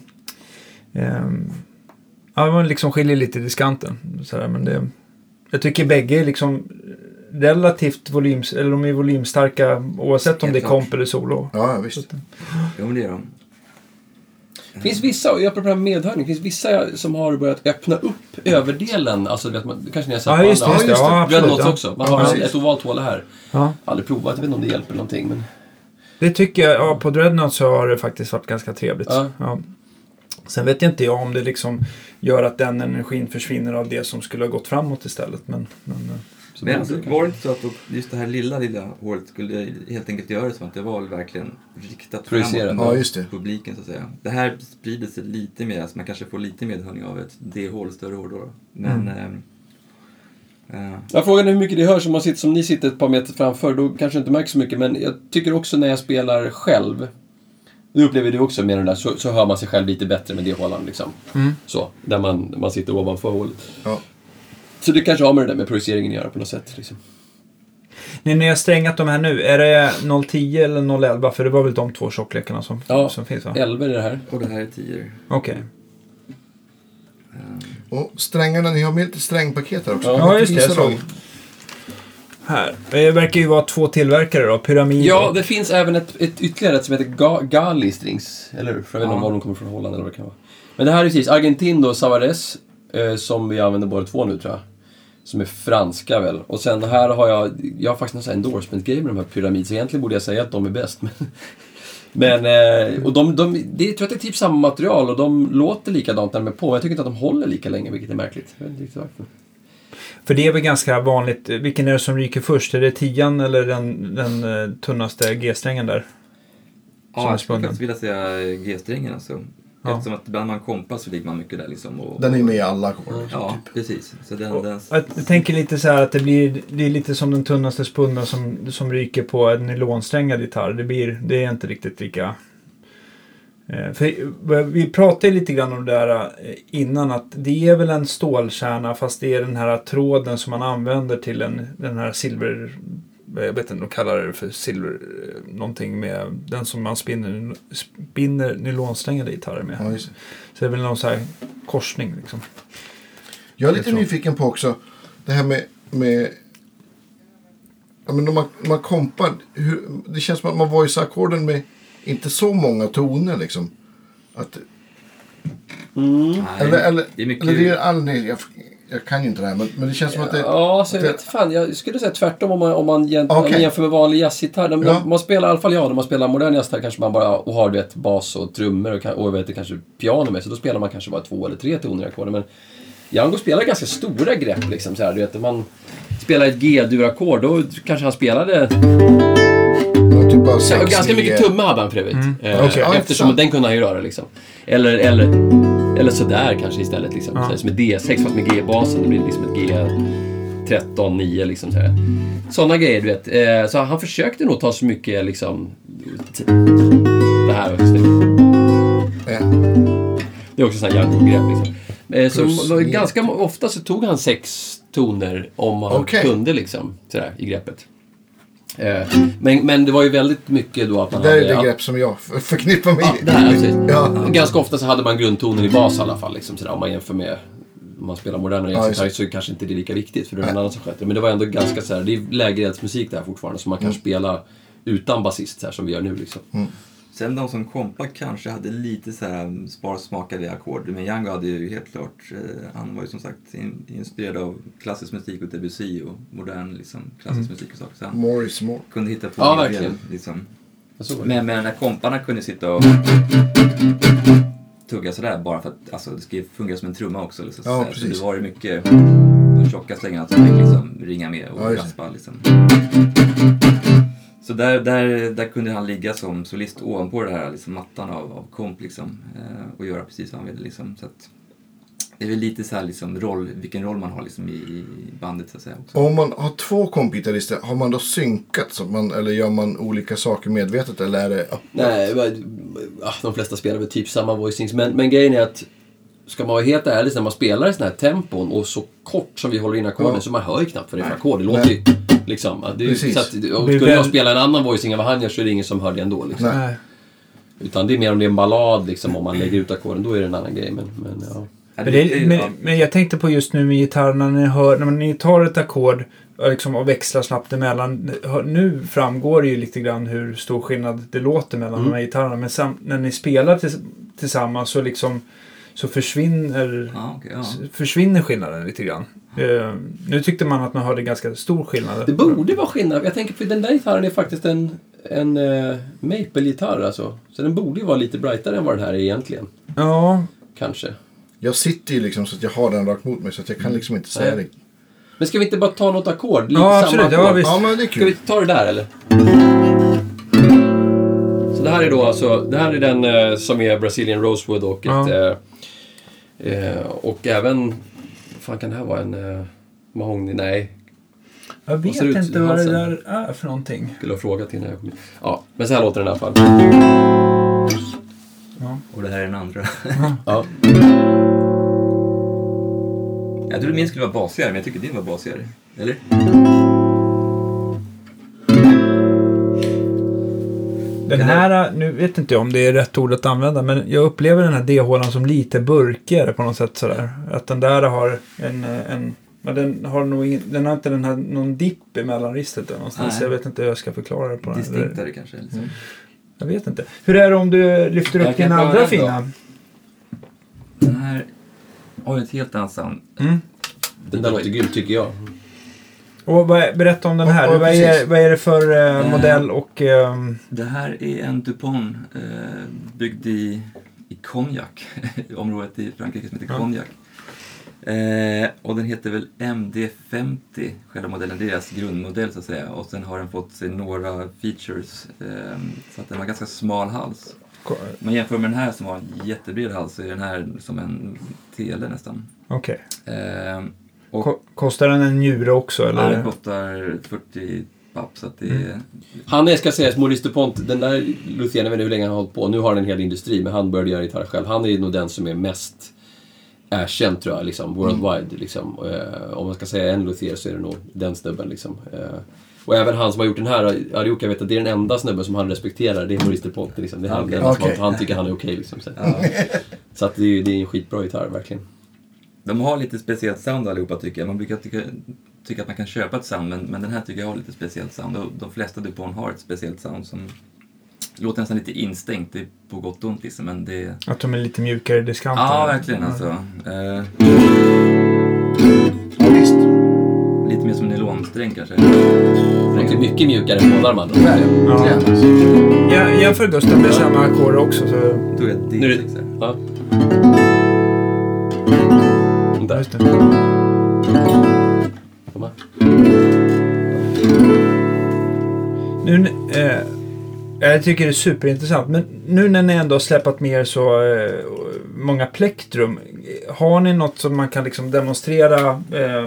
ja, man liksom skiljer lite i diskanten. Sådär, men det, jag tycker bägge är liksom relativt eller de är volymstarka oavsett om det är komp eller solo. Ja, visst. Jo, men det är de. Det finns vissa, och jag pratar om medhörning, det finns vissa som har börjat öppna upp överdelen, alltså vet man, kanske ni har sett på just andra. det. Ja, Dreadnoughts också. Man har precis. ett ovalt hål här. Ja. Aldrig provat, jag vet inte om det hjälper någonting. Men... Det tycker jag, ja, på Dreadnought så har det faktiskt varit ganska trevligt. Ja. Ja. Sen vet jag inte om det liksom gör att den energin försvinner av det som skulle ha gått framåt istället. Men Men var det inte så att just det här lilla hålet skulle helt enkelt göra så att det var verkligen riktat framåt mot publiken så att säga. Det här sprider sig lite mer, så man kanske får lite medhörning av ett D-hål, större hål då. Men... Jag frågar hur mycket det hörs som ni sitter ett par meter framför, då kanske inte märks så mycket, men jag tycker också när jag spelar själv, nu upplever du också med den där, så hör man sig själv lite bättre med D-hålan liksom. Så, där man sitter ovanför hålet. Ja. Så det kanske har med det där med projiceringen att göra på något sätt. Liksom. När ni har strängat de här nu, är det 010 eller 011? För det var väl de två tjocklekarna som finns, va? 11 är det här. Och det här är 10. Okej. Och strängarna, ni har med lite strängpaket här också. Ja, just det. Jag såg. Här. Det verkar ju vara 2 tillverkare då, Pyramid. Ja, det finns även ett ytterligare som heter Gali Strings. Eller hur? Jag vet inte om de kommer från Holland eller vad det kan vara. Men det här är precis Argentin då, Savares. Som vi använder båda två nu, tror jag. Som är franska väl. Och sen här har jag har faktiskt någon sån här endorsement-grej med de här Pyramid. Så egentligen borde jag säga att de är bäst. Men och jag tror att det är typ samma material. Och de låter likadant när de är på. Men jag tycker inte att de håller lika länge, vilket är märkligt. Jag vet inte riktigt varför. För det är väl ganska vanligt. Vilken är det som ryker först? Är det 10 eller den tunnaste G-strängen där? Ja, jag skulle faktiskt vilja säga G-strängen alltså. Ja. Eftersom att ibland man kompas så ligger man mycket där liksom. Den är med i alla ackord. Ja, precis. Så jag tänker lite så här att det är lite som den tunnaste spunden som ryker på en nylonsträngad gitarr. Det är inte riktigt lika... För vi pratade lite grann om det där innan, att det är väl en stålkärna fast det är den här tråden som man använder till den här silver... Jag vet inte, de kallar det för silver någonting med den som man spinner nylonsträngade gitarrer med. Ja, så det är väl någon sån här korsning liksom. Jag är lite nyfiken på också det här med ja, men om man kompar, det känns som att man voicear ackorden med inte så många toner liksom. Att eller det är mycket... eller det är jag kan ju inte det här, men det känns som att det... Ja, så jag vet fan. Jag skulle säga tvärtom om man jämför med vanlig jazzgitarr. Man spelar i alla fall när man spelar modern jazzgitarr kanske man bara har bas och trummor och vet kanske piano med. Så då spelar man kanske bara 2 eller 3 toner i ackorden. Men Django spelar ganska stora grepp liksom så här. Du vet, om man spelar ett G-dur-ackord, då kanske han spelade... Typ bara 6, ganska 9. Mycket tumme hade han för övrigt. Eftersom den kunde han ju röra liksom. Eller sådär kanske istället liksom. Så som ett D6 fast med G-basen. Det blir liksom ett G13, 9 liksom sådär. Sådana grejer, du vet. Så han försökte nog ta så mycket liksom... Det här också. Det är också sådana Django-grepp liksom. Så ganska ofta så tog han 6 toner om han kunde liksom. Sådär, i greppet. Men det var ju väldigt mycket då att man hade... Det är det grepp som jag förknippar med. Det här, precis. Ganska ofta så hade man grundtonen i bas i alla fall. Liksom, sådär, om man jämför med... Om man spelar moderna jazzgitarr så kanske inte det är lika viktigt. För det är en annan som sköter. Men det var ändå ganska såhär... Det är lägereldsmusik där fortfarande. Så man kan spela utan basist såhär, som vi gör nu liksom. Sen de som kompar kanske hade lite så här sparsmakade ackord. Men Django hade ju helt klart, han var ju som sagt inspirerad av klassisk musik och Debussy och modern liksom, klassisk musik och saker. Så han kunde hitta på verkligen. Liksom. Men när komparna kunde sitta och tugga sådär bara för att alltså, det ska fungera som en trumma också. Liksom, så det var ju mycket... de tjocka strängarna som fick liksom ringa med och raspa liksom. Så där kunde han ligga som solist ovanpå det här liksom, mattan av komp liksom, och göra precis vad han ville liksom. Så att det är väl lite så här liksom vilken roll man har liksom i bandet så att säga. Också. Om man har 2 kompgitarrister, har man då synkat så eller gör man olika saker medvetet eller är det öppet? Nej, de flesta spelar väl typ samma voicings, men grejen är att ska man vara helt ärlig när man spelar i såna här tempon och så kort som vi håller in ackorden så man hör ju knappt vad det är för ackord. Det låter ju liksom. Så att, skulle jag spela en annan voicing än vad han gör så är det ingen som hör det ändå. Liksom. Nej. Utan det är mer om det är en ballad liksom, om man lägger ut ackorden, då är det en annan grej. Men ja. Men jag tänkte på just nu med gitarrerna när ni tar ett ackord liksom, och växlar snabbt emellan. Nu framgår det ju lite grann hur stor skillnad det låter mellan de här gitarrerna. Men när ni spelar tillsammans så liksom så försvinner skillnaden lite grann. Nu tyckte man att man hörde ganska stor skillnad. Det borde vara skillnad. Jag tänker på den där gitarren är faktiskt en Maple-gitarr alltså. Så den borde ju vara lite brightare än vad den här är egentligen. Ja. Kanske. Jag sitter ju liksom så att jag har den rakt mot mig så att jag kan liksom inte säga det. Men ska vi inte bara ta något ackord? Ja, absolut. Ja, men det är kul. Ska vi ta det där eller? Så det här är då alltså, det här är den som är Brazilian Rosewood och och även, fan kan det här vara en mahogny? Nej. Jag vet inte vad det där är för någonting. Skulle ha frågat innan jag kom in. Ja, men så här låter den i alla fall. Ja. Och det här är den andra. Ja. Jag trodde min skulle vara basigare, men jag tycker din var basigare. Eller? Den här, nu vet inte jag om det är rätt ord att använda, men jag upplever den här D-hålan som lite burkigare på något sätt sådär. Att den där har men den har nog den har inte någon dipp i mellanristet där någonstans. Så jag vet inte hur jag ska förklara det på den. Distinktare kanske. Liksom. Jag vet inte. Hur är det om du lyfter upp din andra fina? Den här har ett helt annat sound. Den där låter grymt tycker jag. Och berätta om den här. Vad är det för modell? Och det här är en DuPont byggd i Cognac. Området i Frankrike som heter Cognac. Och den heter väl MD50, själva modellen, det är deras grundmodell så att säga. Och sen har den fått sig några features så att den har ganska smal hals. Man jämför med den här som har en jättebred hals så är den här som en tele nästan. Okej. Och kostar den en njure också? Eller? Ja, den kostar 40 papp så att det är... Han är, ska sägas, Maurice DuPont, den där Luthien, jag vet inte hur länge han har hållit på. Nu har han en hel industri, men han började göra gitarr själv. Han är nog den som är mest erkänd tror jag, liksom, worldwide. Liksom. Om man ska säga en luthier så är det nog den snubben. Liksom. Och även han som har gjort den här, Arioka, vet att det är den enda snubben som han respekterar, det är Maurice DuPont. Liksom. Det är han tycker han är okej. Liksom, så att det är en skitbra gitarr, verkligen. De har lite speciellt sound allihopa tycker jag. Man brukar tycka att man kan köpa ett sound, men den här tycker jag har lite speciellt sound. Och de flesta DuPont har ett speciellt sound som låter nästan lite instängt, det är på gott och ont liksom, men det... Att de är lite mjukare i diskanten. Ja, verkligen alltså. Visst. Lite mer som en nylonsträng kanske. Det är mycket mjukare än båda de andra. Ja, jämför Gustav med samma ackord också. Så... Då är det D6 här. Ja. Där. Just det. Kom här. Nu, jag tycker det är superintressant. Men nu när ni ändå har släppt mer så många plektrum. Har ni något som man kan liksom demonstrera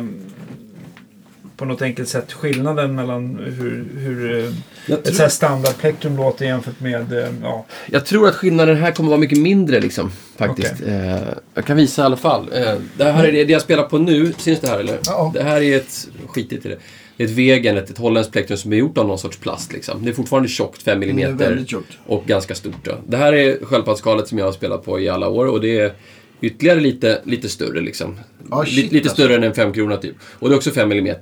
på något enkelt sätt skillnaden mellan hur ett så här standard plektrum låter jämfört med Jag tror att skillnaden här kommer vara mycket mindre liksom, faktiskt. Okay. Jag kan visa i alla fall. Det här är det jag spelar på nu. Syns det här eller? Det här är ett skitigt i det. Det är ett Wegen, ett holländskt plektrum som är gjort av någon sorts plast liksom. Det är fortfarande tjockt, 5 mm och ganska stort. Då. Det här är sköldpaddsskalet som jag har spelat på i alla år och det är ytterligare lite större liksom. Lite större än en 5 krona typ. Och det är också 5 mm.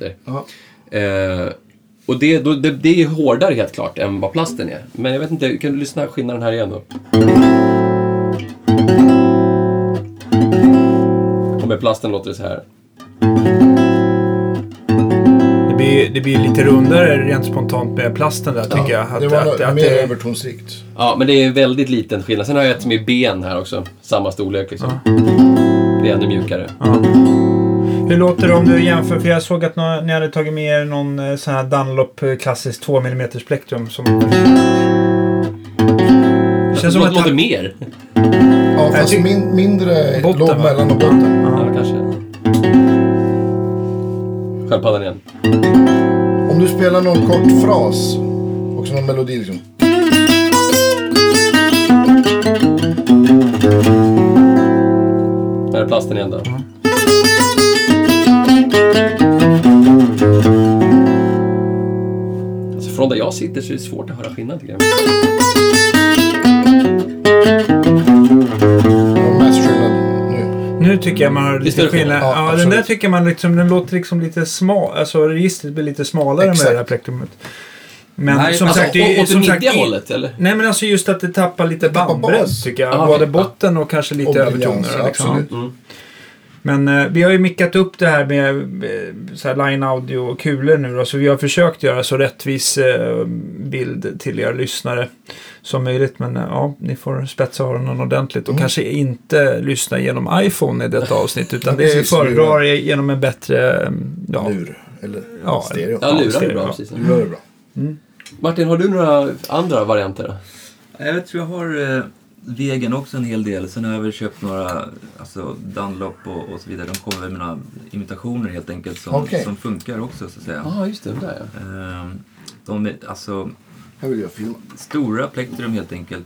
Och det är hårdare helt klart än vad plasten är. Men jag vet inte, kan du lyssna skillnaden här igen då? Och med plasten låter det så här. Det blir lite rundare rent spontant med plasten där tycker jag. Det var mer övertonsrikt. Ja, men det är en väldigt liten skillnad. Sen har jag ett som är ben här också. Samma storlek liksom. Det är ännu mjukare. Hur låter det om du jämför? För jag såg att ni hade tagit med er någon sån här Dunlop klassisk 2 mm plektrum som... Känns som att det låter mer. Ja, fast mindre botten, låg mellan och botten. Ja, kanske. Sköldpaddan igen. Om du spelar någon kort fras, också någon melodi liksom. Där är plasten igen då. Alltså från där jag sitter så är det svårt att höra skillnad tycker jag. Nu tycker jag man har lite skillnad. Ja, den där tycker man liksom, den låter liksom lite smal. Alltså registret blir lite smalare med det här plektrumet. Men nej, som alltså, sagt, det är som sagt hållet, eller? Nej, men alltså just att det tappar lite bandbredd tycker jag. Både botten och kanske lite övertoner. Liksom. Men vi har ju mickat upp det här med så här line audio och kulor nu då, så vi har försökt göra så rättvis bild till er lyssnare som möjligt, men ja, ni får spetsa öronen ordentligt och kanske inte lyssna genom iPhone i detta avsnitt, utan det föredrar genom en bättre lur eller stereo. Ja, lurar är bra. Precis. Lurar är bra. Martin, har du några andra varianter då? Jag tror jag har Vägen också en hel del. Sen har jag väl köpt några Dunlop och så vidare. De kommer väl med några imitationer helt enkelt som funkar också så att säga. Ja, just det. Där, ja. De är här vill jag filma. Stora plektrum helt enkelt.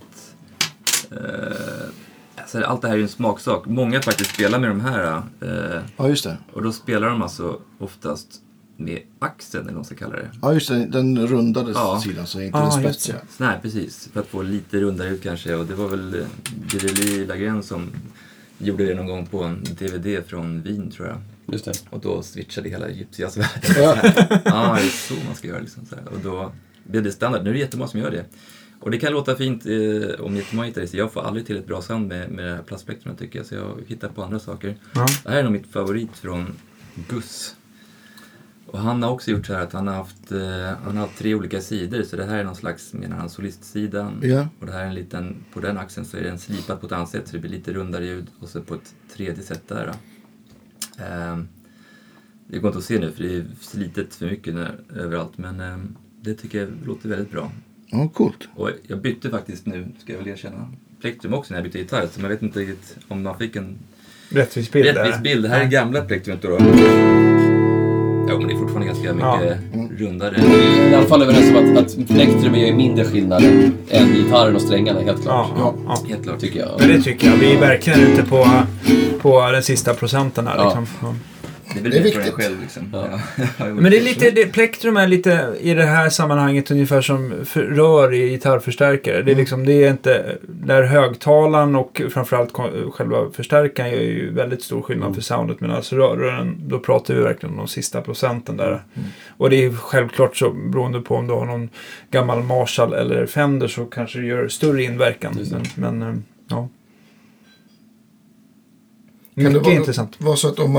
Allt det här är ju en smaksak. Många faktiskt spelar med de här. Ja, just det. Och då spelar de alltså oftast med axeln eller vad man ska kalla det. Ja, just det. Den rundade sidan så inte den spetsiga. Nej, precis. För att få lite rundare ut kanske. Och det var väl Birelli Lagren som gjorde det någon gång på en DVD från Wien, tror jag. Just det. Och då switchade hela egyptiasvärlden. Ja, det är så man ska göra liksom. Så här. Och då blev det standard. Nu är det jättemånga som gör det. Och det kan låta fint om jättemånga hittar det. Så jag får aldrig till ett bra sound med det här plastspektrumet tycker jag. Så jag hittar på andra saker. Ja. Det här är nog mitt favorit från Gus. Och han har också gjort så här att han har haft 3 olika sidor. Så det här är någon slags, menar han, solistsidan. Yeah. Och det här är en liten, på den axeln så är den slipad på ett annat sätt. Så det blir lite rundare ljud. Och så på ett tredje sätt där. Det går inte att se nu för det är slitet för mycket överallt. Men det tycker jag låter väldigt bra. Ja, coolt. Och jag bytte faktiskt nu, ska jag väl erkänna, plektrum också när jag bytte gitarr. Så man vet inte riktigt om man fick en rättvis bild. Det här är gamla plektrumet då. Ja, men det är fortfarande ganska mycket rundare. I alla fall överens om att plektrum gör mindre skillnad än gitarren och strängarna, helt klart. Ja. Helt klart. Tycker jag. Men det tycker jag. Vi är verkligen ute på den sista procenten här. Liksom. Ja. Det är viktigt. Själv, liksom. Men det är lite, plektrum är lite i det här sammanhanget ungefär som rör i gitarrförstärkare. Det är liksom, det är inte, där högtalaren och framförallt själva förstärkaren gör ju väldigt stor skillnad för soundet. Men alltså rören, då pratar vi verkligen om de sista procenten där. Och det är självklart så, beroende på om du har någon gammal Marshall eller Fender, så kanske det gör större inverkan. Men ja. Mycket intressant. Var så att om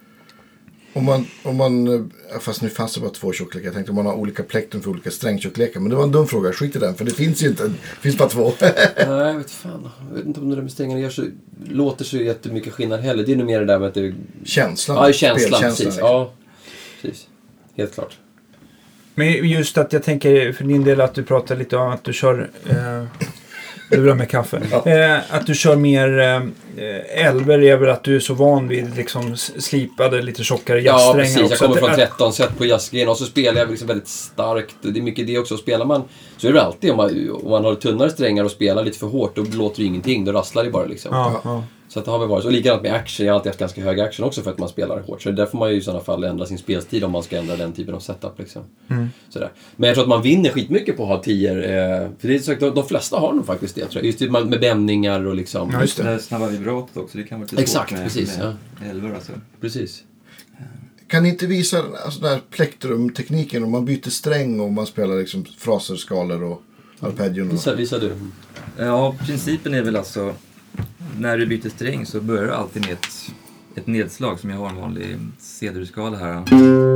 man, fast nu fanns det bara 2 tjocklekar. Jag tänkte om man har olika plektrum för olika strängtjocklekar. Men det var en dum fråga, skit i den. För det finns ju inte, det finns bara 2. Nej, jag vet fan. Jag vet inte om det där med strängarna låter så jättemycket skillnad heller. Det är nog mer det där med att det... Känslan. Ja, känslan, precis. Liksom. Ja, precis. Helt klart. Men just att jag tänker för din del att du pratar lite om att du kör... Det är bra med kaffe. Att du kör mer elver är väl att du är så van vid liksom slipade lite tjockare jazzsträngar. Ja, precis. Jag kommer från 13 set på jazzgren och så spelar jag liksom väldigt starkt. Det är mycket det också. Spelar man så är det alltid om man har tunnare strängar och spelar lite för hårt, då låter det ingenting. Då rasslar det bara liksom. Ja. Så att det har väl varit så. Och likadant med action. Jag har alltid haft ganska hög action också för att man spelar hårt. Så där får man ju i sådana fall ändra sin spelstil om man ska ändra den typen av setup liksom. Sådär. Men jag tror att man vinner skitmycket på att ha 10. För det är så att de flesta har nog faktiskt det, tror jag. Just det, med dämningar och liksom. Ja, just det. Snabba vibratot också. Det kan vara lite svårt med elver alltså. Precis. Kan ni inte visa den här plektrumtekniken om man byter sträng och man spelar liksom fraser, skalor och arpeggion? Visa du. Ja, principen är väl alltså när du byter sträng så börjar du alltid med ett nedslag som jag har en vanlig C-dur-skala här.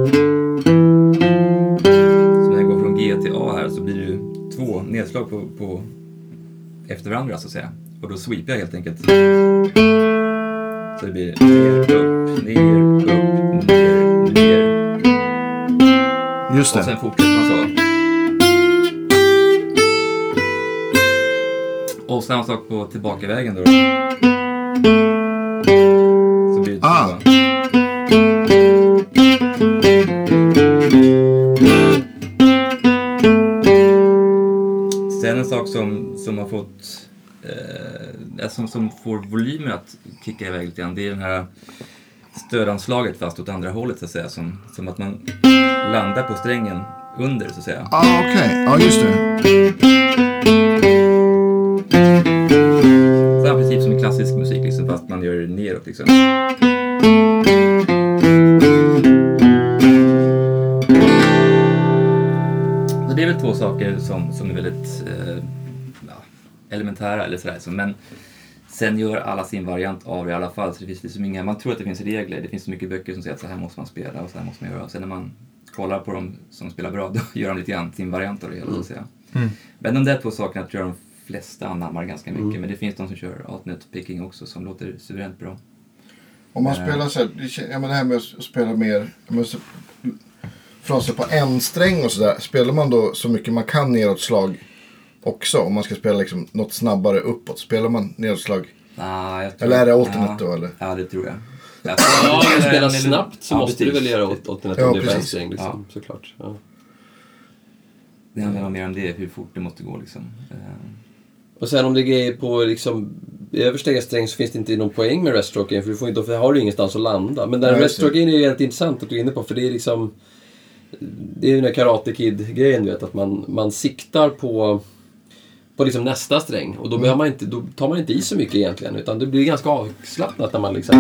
Så när jag går från G till A här så blir det 2 nedslag på efter varandra så att säga. Och då sweepar jag helt enkelt. Så det blir ner, upp, Just det. Och sen fortsätter man så. Och samma sak på tillbakavägen då. Så blir det så. Sen en sak som har fått som får volymer att kicka iväg lite grann, det är den här stödanslaget fast åt andra hållet så att säga, som att man landar på strängen under så att säga. Okej. Ja, just det. Samma princip som i klassisk musik liksom, fast man gör det neråt liksom. Så det är väl två saker som är väldigt elementära eller sådär. Men sen gör alla sin variant av det i alla fall. Så det finns liksom inga, man tror att det finns regler. Det finns så mycket böcker som säger att så här måste man spela och så här måste man göra. Och sen när man kollar på dem som spelar bra, då gör de lite grann sin variant av det hela så att säga. Men de där två sakerna tror jag de flesta anammar ganska mycket. Men det finns de som kör alternate picking också som låter suveränt bra. Om man spelar så här, det här med att spela mer fraser på en sträng och sådär. Spelar man då så mycket man kan nedåtslag också? Om man ska spela liksom något snabbare uppåt. Spelar man nedåtslag? Eller är det alternate då? Eller? Ja, det tror jag. Om du spelar snabbt så måste du väl göra alternate om det är på en sträng liksom, såklart. Ja. Det handlar nog mer om det, hur fort det måste gå liksom. Och sen om det är på liksom överstega sträng så finns det inte någon poäng med reststroken, för för har du ingenstans att landa. Men den reststroken är ju helt intressant att du är inne på, för det är liksom, det är ju den här Karate Kid-grejen, du vet, att man siktar på liksom nästa sträng, och då då tar man inte i så mycket egentligen, utan det blir ganska avslappnat när man liksom,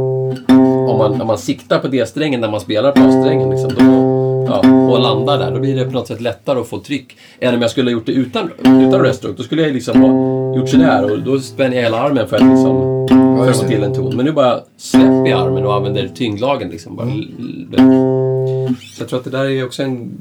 om man siktar på D-strängen när man spelar på A-strängen liksom, och landar där, då blir det på något sätt lättare att få tryck än om jag skulle ha gjort det utan reststroke. Då skulle jag liksom ha gjort sådär, och då spänner jag hela armen för att liksom få till en ton. Men nu bara släpper jag armen och använder tyngdlagen liksom bara. Så jag tror att det där är också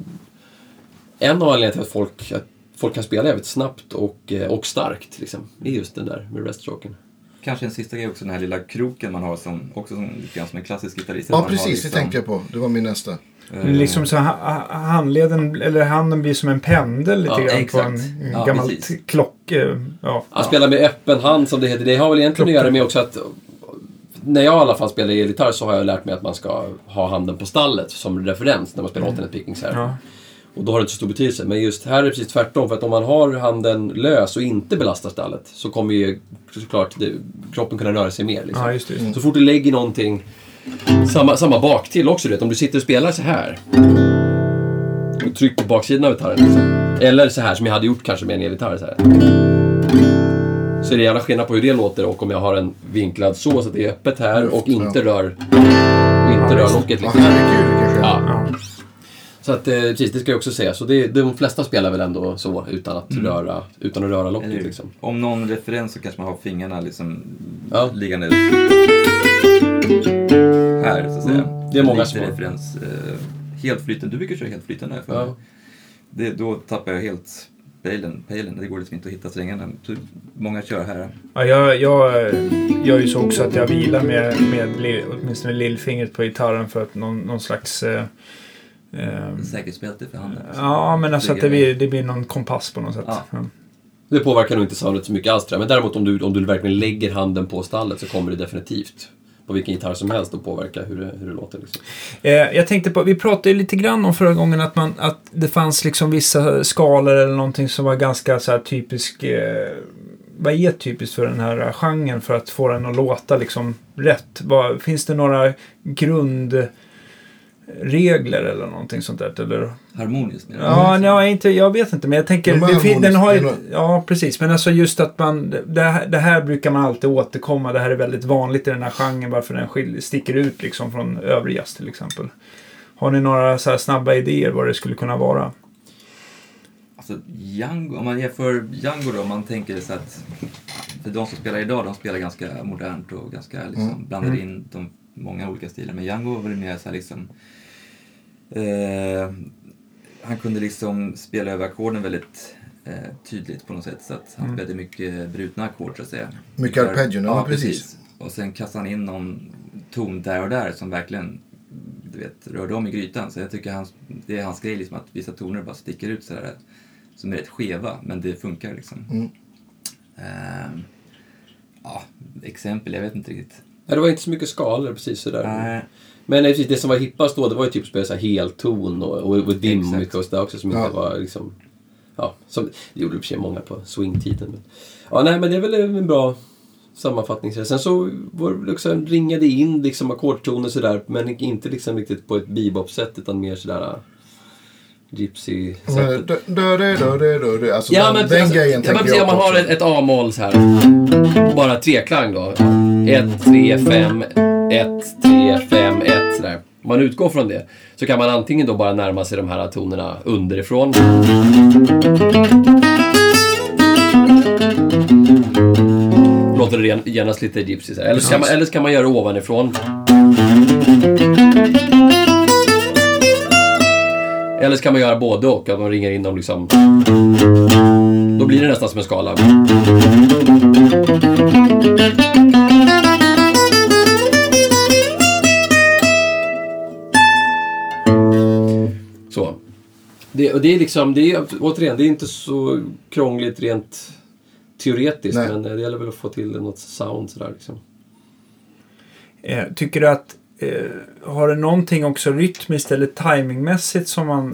en av anledningarna till att folk kan spela jävligt snabbt och starkt liksom, i just den där med reststroken. Kanske en sista grej också, den här lilla kroken man har som lite grann som en klassisk gitarrist. Ja, precis, liksom, det tänkte jag på. Det var min nästa. Liksom så handleden, eller handen blir som en pendel lite grann exakt. På en gammal klock. Att spela med öppen hand som det heter, det har väl egentligen att göra med också att när jag i alla fall spelar gitarr så har jag lärt mig att man ska ha handen på stallet som referens när man spelar alternate pickings här. Ja. Och då har det inte så stor betydelse. Men just här är det precis tvärtom. För att om man har handen lös och inte belastar stallet så kommer ju såklart kroppen kunna röra sig mer. Liksom. Ja, just det. Så fort du lägger någonting, samma bak till också. Du vet, om du sitter och spelar så här och trycker på baksidan av gitarren. Liksom. Eller så här som jag hade gjort kanske med en elgitarr. Så här. Så är det gärna skillnad på hur det låter, och om jag har en vinklad så att det är öppet här och inte rör locket. Liksom. Ja. Så att precis, det ska jag också säga. Så de flesta spelar väl ändå så utan att röra locket liksom. Om någon referens så kanske man har fingrarna liksom liggande här så att säga. Det är många små referens helt flytande. Du brukar köra helt flytande för då tappar jag helt pejlen. Det går liksom inte att hitta strängarna. Många kör här. Ja, jag gör ju så också att jag vilar med åtminstone lillfingret på gitarren för att någon slags säkerhetsbälte för handen. Ja, men alltså att det blir någon kompass på något sätt. Ja. Ja. Det påverkar nog inte soundet så mycket alls, men däremot om du verkligen lägger handen på stallet så kommer det definitivt på vilken gitarr som helst att påverka hur det låter. Liksom. Jag tänkte på, vi pratade lite grann om förra gången att det fanns liksom vissa skalor eller någonting som var ganska så här typisk, vad är typiskt för den här genren för att få den att låta liksom rätt? Finns det några grundregler eller någonting sånt där? Eller? Harmoniskt? Jag vet inte, men jag tänker den har ja, precis, men alltså just att det här brukar man alltid återkomma, det här är väldigt vanligt i den här genren, varför den sticker ut liksom från övrig jazz till exempel. Har ni några så här snabba idéer vad det skulle kunna vara? Alltså Django, om man jämför Django då, om man tänker så att för de som spelar idag, de spelar ganska modernt och ganska liksom blandar in många olika stilar, men Django var det mer så här liksom han kunde liksom spela över ackorden väldigt tydligt på något sätt, så att han spelade mycket brutna ackord så att säga. Mycket arpeggio, ja precis. Och sen kastade han in någon ton där och där som verkligen du vet, rörde om i grytan. Så jag tycker det är hans grej liksom, att vissa toner bara sticker ut sådär, som är rätt skeva, men det funkar liksom. Exempel, jag vet inte riktigt. Nej, det var inte så mycket skalor precis sådär. Men precis, det som var hippast då, det var ju typ spela så här helton och dim mycket och sådär också, som inte var liksom, som det gjorde för sig många på swingtiden. Men det är väl en bra sammanfattning. Sen så var det också, ringade in liksom ackordtoner sådär, men inte liksom riktigt på ett bebop-sätt, utan mer sådär gypsy-sättet. Alltså den grejen tänker jag om man har ett A-moll så här, bara treklang då. 1, 3, 5, 1, 3, 5, 1 sådär. Om man utgår från det så kan man antingen då bara närma sig de här tonerna underifrån. Låter det genast lite gypsy. Eller så kan man göra ovanifrån. Eller så kan man göra både och. Att man ringer in dem liksom. Då blir det nästan som en skala. Så. Det är liksom, återigen, det är inte så krångligt rent teoretiskt. Nej. Men det gäller väl att få till något sound sådär liksom. Tycker du att har det någonting också rytmiskt eller timingmässigt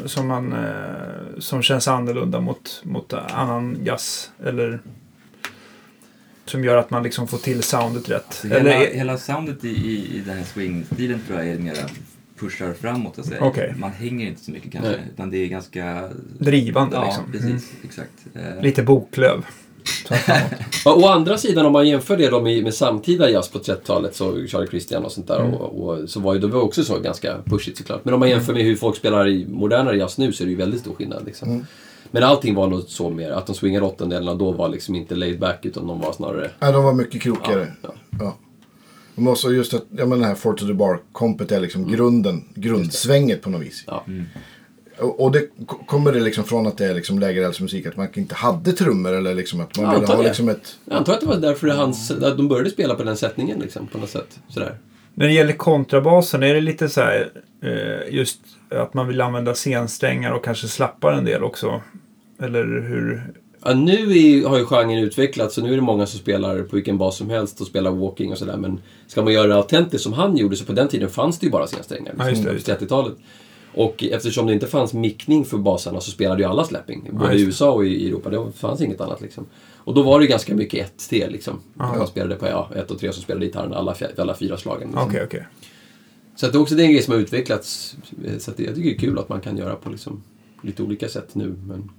som känns annorlunda mot annan jazz, eller som gör att man liksom får till soundet rätt? Hela soundet i den här swing-stilen tror jag är mer pushar framåt och säger. Okay. Man hänger inte så mycket kanske, utan det är ganska drivande liksom. Precis, exakt. Lite Boklöv. Å andra sidan, om man jämför det då med samtida jazz på 30-talet, så Charlie Christian och sånt där, och så var ju det också så ganska pushigt såklart. Men om man jämför med hur folk spelar i modernare jazz nu, så är det ju väldigt stor skillnad liksom. Men allting var nog så mer, att de swingade åttondelarna då var liksom inte laid back, utan de var snarare... Ja, de var mycket krokigare. Ja. De måste just att, den här Four to the Bar-kompet är liksom grundsvänget på något vis. Ja. Och det kommer det liksom från att det är liksom lägereldsmusik, att man inte hade trummor, eller liksom att man ville ha liksom ett... Jag antar att det var därför att de började spela på den sättningen liksom, på något sätt. Sådär. När det gäller kontrabasen, är det lite så här just att man vill använda scensträngar och kanske slappar en del också? Eller hur? Ja, nu har ju genren utvecklats, så nu är det många som spelar på vilken bas som helst och spelar walking och sådär. Men ska man göra det autentiskt som han gjorde, så på den tiden fanns det ju bara scensträngar. Liksom, just det. 30-talet. Och eftersom det inte fanns mickning för basarna, så spelade ju alla slapping. Både i USA och i Europa. Det fanns inget annat liksom. Och då var det ganska mycket 1-T liksom. Man spelade på 1 och 3, så spelade gitarren alla 4 slagen. Liksom. Okay. Så att det är också en grej som har utvecklats. Så att jag tycker det är kul att man kan göra på liksom lite olika sätt nu.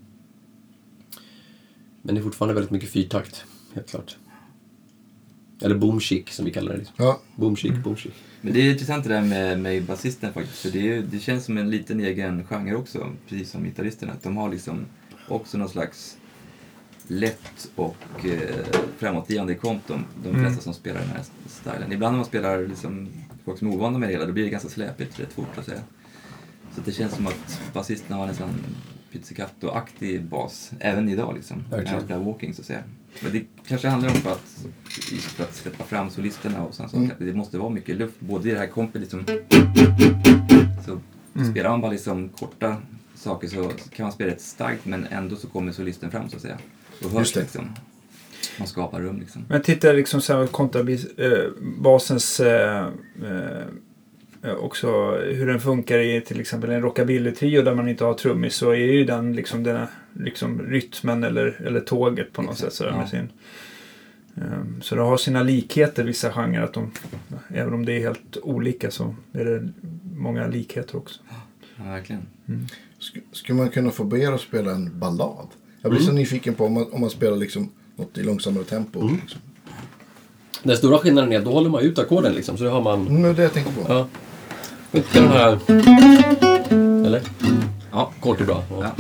Men det är fortfarande väldigt mycket fyrtakt, helt klart. Eller boom chic som vi kallar det. Liksom. Ja. Boom chic. Men det är intressant det där med basisten faktiskt. För det känns som en liten egen genre också, precis som gitarristerna. Att de har liksom också någon slags lätt och framåtgivande komp, de flesta som spelar den här stilen. Ibland när man spelar liksom folk som är ovana med det hela, då blir det ganska släpigt rätt fort att säga. Så det känns som att basisterna har nästan pizzicato-aktig bas även idag liksom. När de spelar walking så att säga. Men det kanske handlar om för att släppa fram solisterna och sånt. Det måste vara mycket luft, både i det här kompet liksom. Så spelar man bara liksom korta saker, så kan man spela rätt starkt, men ändå så kommer solisten fram så att säga. Och hörs liksom. Man skapar rum liksom. Men tittar liksom så här kontrabasens också hur den funkar i till exempel en rockabilly-trio där man inte har trummis, så är ju den liksom den liksom rytmen eller tåget på något sätt så där, med sin så det har sina likheter, vissa genrer, att de, även om det är helt olika, så är det många likheter också. Ja, verkligen. Skulle man kunna få be er att spela en ballad? Jag blir så nyfiken på om man spelar liksom något i långsammare tempo. Liksom. Den stora skillnaden är att då håller man ut ackorden liksom, så det har man... Det är det jag tänker på. Ja. Inte den här... Eller? Ja, kort är bra. Ja.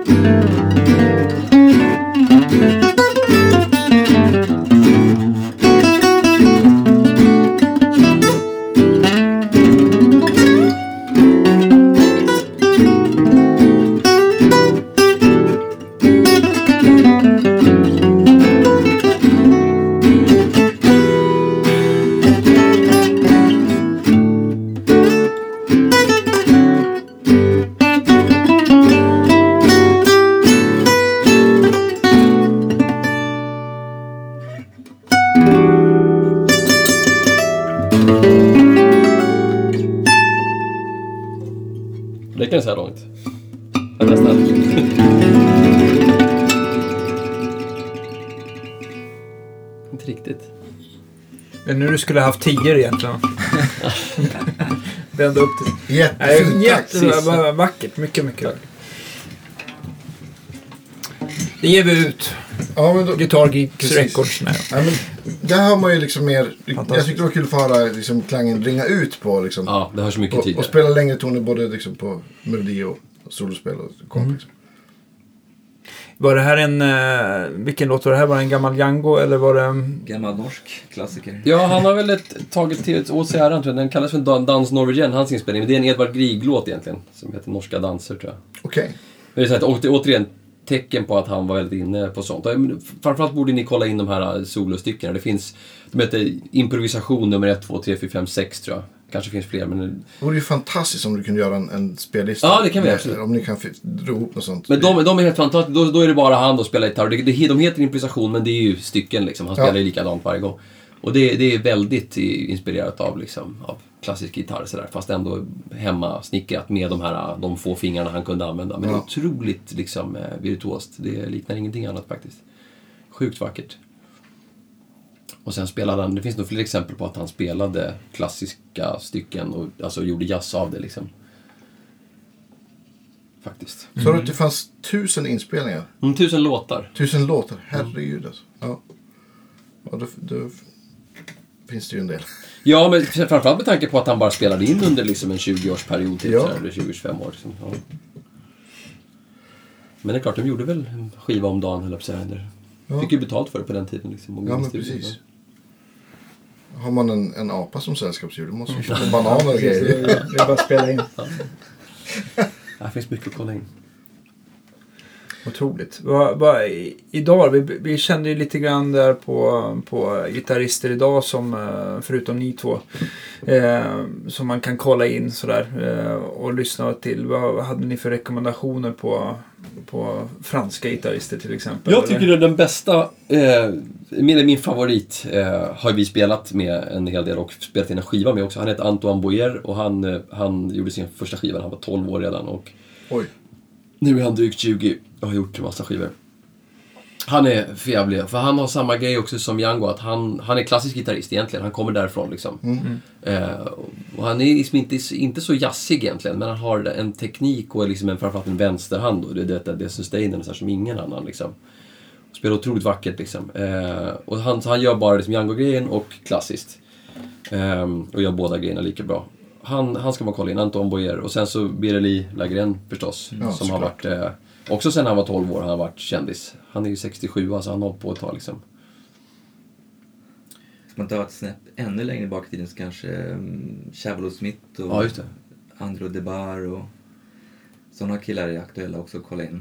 Det kan jag säga långt. Jag testar. Inte riktigt. Det är nu du skulle ha haft 10 egentligen. Vända upp till. Jättevackert. Mycket vackert. Det ger vi ut. Ja, men då, Guitar Geeks Records. Ja, men där har man ju liksom mer... Jag tycker det var kul att få höra liksom, klangen ringa ut på. Liksom, ja, det hörs mycket tydligare. Och spela längre toner både liksom, på melodi och solospel och komplex. Var det här en... vilken låt var det här? Var det en gammal Django eller var det... Gammal norsk klassiker. Ja, han har väl tagit åt sig äran, tror jag. Den kallas för Dans Norwegian, hans inspelning. Men det är en Edvard Grieg-låt egentligen. Som heter Norska danser, tror jag. Okej. Det är så att, återigen tecken på att han var väldigt inne på sånt. Framförallt borde ni kolla in de här solostyckena. Det finns, de heter improvisation nummer 1, 2, 3, 4, 5, 6 tror jag. Kanske finns fler, men... Det vore ju fantastiskt om du kunde göra en spellista. Ja, det kan vi absolut. Om ni kan dra ihop något sånt. Men de är helt fantastiska. Då är det bara han och spelar gitarr. De heter improvisation, men det är ju stycken liksom. Han spelar ju likadant varje gång. Och det är väldigt inspirerat av, liksom, av klassisk gitarr sådär. Fast ändå hemma snickrat med de få fingrarna han kunde använda. Men otroligt liksom, virtuost. Det liknar ingenting annat faktiskt. Sjukt vackert. Och sen spelade han, det finns nog fler exempel på att han spelade klassiska stycken och alltså gjorde jazz av det liksom. Faktiskt. Så att det fanns 1000 inspelningar? 1000 låtar. 1000 låtar, herregud alltså. Ja. Ja, då finns det ju en del. Ja, men framförallt med tanke på att han bara spelade in under liksom en 20-årsperiod typ, eller 20-25 år. Liksom. Ja. Men det är klart, de gjorde väl en skiva om dagen eller på sig. Fick ju betalt för det på den tiden. Liksom, ja, men precis. Har man en apa som sällskapsdjur, då måste man köpa bananer och grejer. Det är bara att spela in. Det finns mycket att kolla in. Otroligt. Idag, vi kände ju lite grann där på gitarrister idag som, förutom ni två, som man kan kolla in sådär och lyssna till. Vad hade ni för rekommendationer på franska gitarrister till exempel? Jag tycker att den bästa, min favorit har vi spelat med en hel del och spelat in en skiva med också. Han heter Antoine Boyer och han gjorde sin första skiva när han var 12 år redan. Och oj. Nu är han drygt 20 och har gjort en massa skivor. Han är förjävlig, för han har samma grej också som Django, att han är klassisk gitarrist egentligen, han kommer därifrån liksom. Och han är liksom inte så jazzig egentligen, men han har en teknik och liksom framförallt en vänsterhand och det är sustainen som ingen annan liksom. Spelar otroligt vackert liksom. Och han gör bara liksom Django-grejen och klassiskt. Och gör båda grejerna lika bra. Han ska man kolla in, Antoine Boyer. Och sen så Bireli Lagren förstås. Som har varit, också sen han var 12 år, han har varit kändis. Han är ju 67, alltså han har hållit på ett tag liksom. Ska man ta ett snäpp ännu längre bak i tiden så kanske Chavalo Smith och ja, just det. Andrew Debar och sådana killar är aktuella också att kolla in.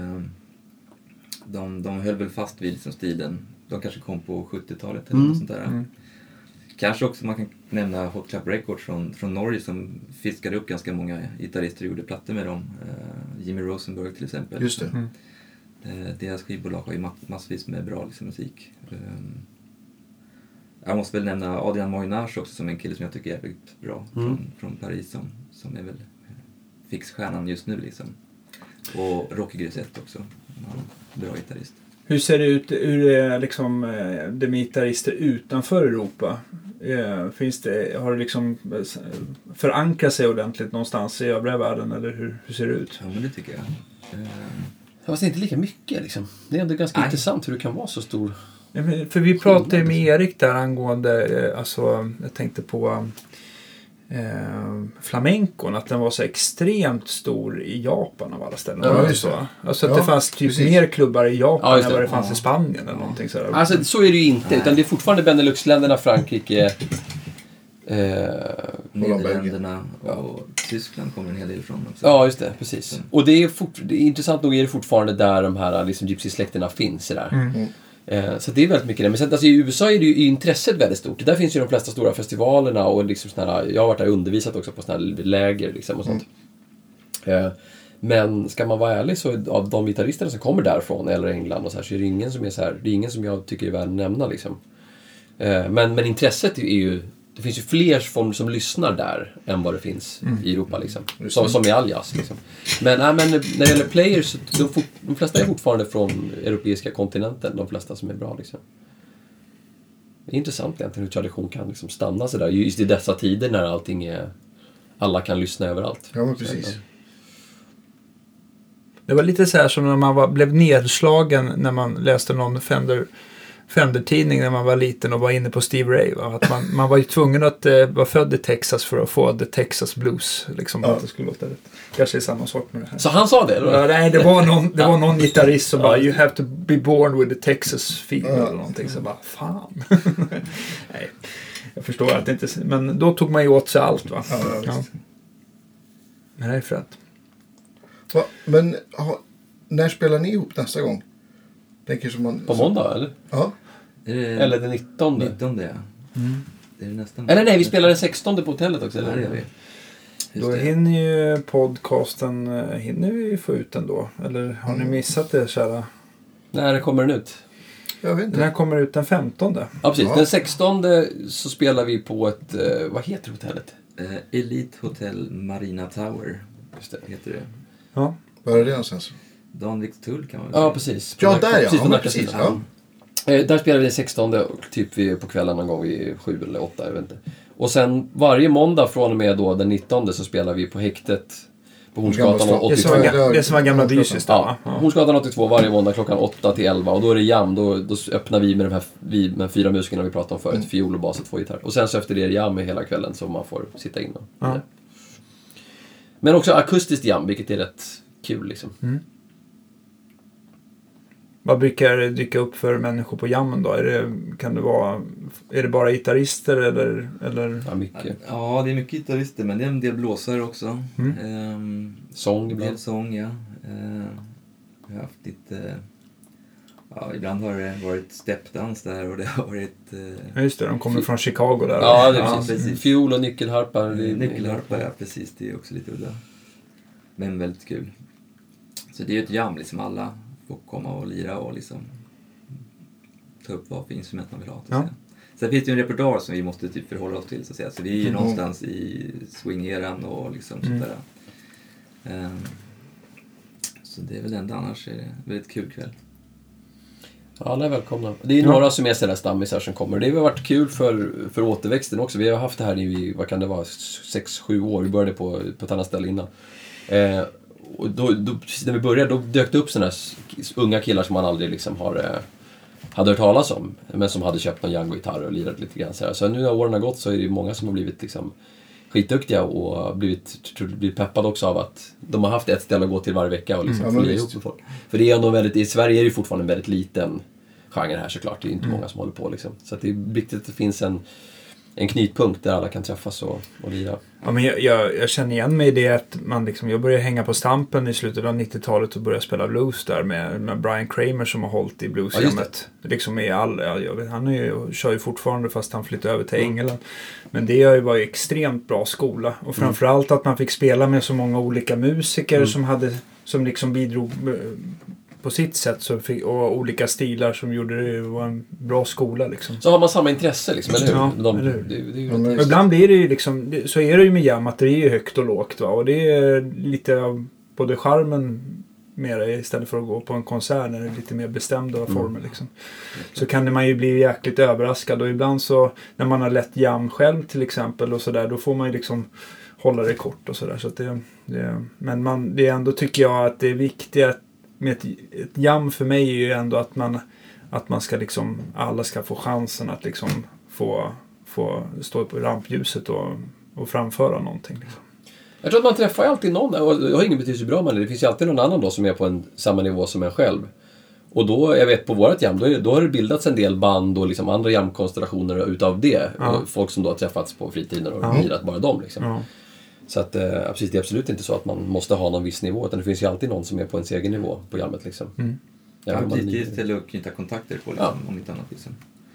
De höll väl fast vid liksom stilen. De kanske kom på 70-talet eller något sånt där. Kanske också man kan nämna Hot Club Records från Norge som fiskade upp ganska många gitarrister och gjorde plattor med dem. Jimmy Rosenberg till exempel. Just det. Deras skivbolag har ju massvis med bra liksom, musik. Jag måste väl nämna Adrian Moynage också som en kille som jag tycker är jävligt bra från Paris som är väl fixstjärnan just nu liksom. Och Rocky Grisette också. Bra gitarrist. Hur ser det ut liksom, det med gitarrister utanför Europa? Har det liksom förankrat sig ordentligt någonstans i övriga världen eller hur ser det ut? Ja, men det tycker jag. Fast inte lika mycket liksom. Det är ändå ganska intressant hur det kan vara så stor. Ja, för vi pratade med Erik där angående, alltså jag tänkte på flamencon, att den var så extremt stor i Japan av alla ställen. Ja, det så. Alltså att det fanns typ mer klubbar i Japan än vad det fanns i Spanien eller någonting sådär. Alltså så är det ju inte, utan det är fortfarande Benelux-länderna, Frankrike, Nederländerna och Tyskland kommer en hel del från också. Ja, just det, precis. Och det är intressant nog är det fortfarande där de här liksom gypsy-släkterna finns där. Så det är väldigt mycket det. Men sen, alltså, i USA är det ju intresset väldigt stort. Där finns ju de flesta stora festivalerna och liksom såna här, jag har varit där och undervisat också på såna här läger liksom och sånt. Men ska man vara ärlig så av de gitarristerna som kommer därifrån eller England och så är det ingen som är så här, det är ingen som jag tycker är värd att nämna liksom. Men intresset är ju, det finns ju fler som lyssnar där än vad det finns i Europa liksom. Som i all jazz liksom. Men när det gäller players, de flesta är fortfarande från europeiska kontinenten, de flesta som är bra liksom. Det är intressant egentligen hur tradition kan liksom stanna så där just i dessa tider när allting är, alla kan lyssna överallt. Ja, men precis. Det var lite så här som när man blev nedslagen när man läste någon Fender-tidning när man var liten och var inne på Steve Ray. Va? Att man var ju tvungen att vara född i Texas för att få The Texas Blues. Liksom, att det skulle låta rätt. Kanske är samma sak med det här. Så han sa det? Eller? Ja, nej, det var någon gitarrist som bara you have to be born with the Texas feel eller någonting. Så bara, fan. Nej, jag förstår att det inte... Men då tog man ju åt sig allt, va? Ja. Men det är frätt. Men när spelar ni ihop nästa gång? På måndag, eller? Ja. Eller den 19. 19, ja. Det är nästan... Eller nej, vi spelar den 16 på hotellet också. Eller? Ja, det gör vi. Då hinner ju podcasten hinner vi få ut den då. Eller har ni missat det, kära? När kommer den ut? Jag vet inte. Den här kommer ut den 15. Ja, precis. Ja. Den 16 så spelar vi på ett... vad heter hotellet? Elite Hotel Marina Tower. Just det. Heter det. Ja. Var är det någonstans? Danviks tull kan man säga. Ja, precis. Ja, där ja. Precis, Precis. Ja. Där spelar vi den 16 och typ på kvällen någon gång vid 7 eller 8, jag vet inte. Och sen varje måndag från och med då den 19 så spelar vi på häktet på Hornsgatan 82. Det som var gamla Bysis där, va? Ja, Hornsgatan 82 varje måndag klockan 8 till 11 och då är det jam. Då öppnar vi med de här 4 musikerna vi pratade om förut. Fiol och bas och 2 gitarr. Och sen så efter det är det jam hela kvällen så man får sitta in. Ja. Men också akustiskt jam, vilket är rätt kul liksom. Vad brukar dyka upp för människor på jammen då? Är det bara gitarrister eller? Ja, mycket. Ja, det är mycket gitarrister, men det är en del blåsare också. Sång ibland. En del sång, ja. Jag har haft lite... Ja, ibland har det varit steppdans där och det har varit... Ja, just det, de kommer från Chicago där. Ja, det är precis. Fiol och nyckelharpa. Nyckelharpa, ja, precis. Det är också lite udda. Men väldigt kul. Så det är ju ett jam, liksom alla får komma och lira och liksom ta upp vad för instrument man vill ha. Ja. Sen finns det ju en repertoar som vi måste typ förhålla oss till, så att säga. Så vi är ju någonstans i swingeran och liksom sånt där. Så det är väl ändå, annars är det väldigt kul kväll. Alla är välkomna. Det är några som är sådana stammisar som kommer. Det har varit kul för återväxten också. Vi har haft det här i, vad kan det vara, 6-7 år. Vi började på ett annat ställe innan. Och då, när vi började, då dök det upp sådana unga killar som man aldrig liksom hade hört talas om. Men som hade köpt någon Django-gitarr och lirat lite grann. Så nu när åren har gått så är det många som har blivit liksom skitduktiga och blivit peppade också av att de har haft ett ställe att gå till varje vecka och liksom få lira ihop med folk. För det är ändå väldigt, i Sverige är det fortfarande en väldigt liten genre här såklart. Det är inte många som håller på liksom. Så att det är viktigt att det finns en knutpunkt där alla kan träffas och lira. Ja, men jag känner igen mig i det att man liksom, jag började hänga på Stampen i slutet av 90-talet och började spela blues där med Brian Kramer som har hållit i blueshemmet. Liksom han kör ju fortfarande fast han flyttade över till England. Men det var ju extremt bra skola. Och framförallt att man fick spela med så många olika musiker som liksom bidrog på sitt sätt och olika stilar som gjorde det var en bra skola liksom. Så har man samma intresse liksom, eller hur? Ja, eller hur? Ibland blir det ju liksom, så är det ju med jam att det är högt och lågt, va? Och det är lite av både charmen med det istället för att gå på en konsert när det är lite mer bestämda former liksom. Så kan man ju bli jäkligt överraskad och ibland så när man har lett jam själv till exempel och sådär, då får man ju liksom hålla det kort och sådär. Så att men det är ändå, tycker jag, att det är viktigt att med ett jam för mig är ju ändå att man ska liksom, alla ska få chansen att liksom få stå på rampljuset och och framföra någonting. Liksom. Jag tror att man träffar ju alltid någon, och det har ingen betydelse hur bra man är. Det finns ju alltid någon annan då som är på samma nivå som en själv. Och då, jag vet på vårat jam, då har det bildats en del band och liksom andra jamkonstellationer utav det. Ja. Och folk som då har träffats på fritiden och lirat bara dem liksom. Ja. Så att precis, det är absolut inte så att man måste ha någon viss nivå, utan det finns ju alltid någon som är på ens egen nivå på jammet liksom. Ja, precis, till att knyta kontakter på liksom, om inte annat liksom.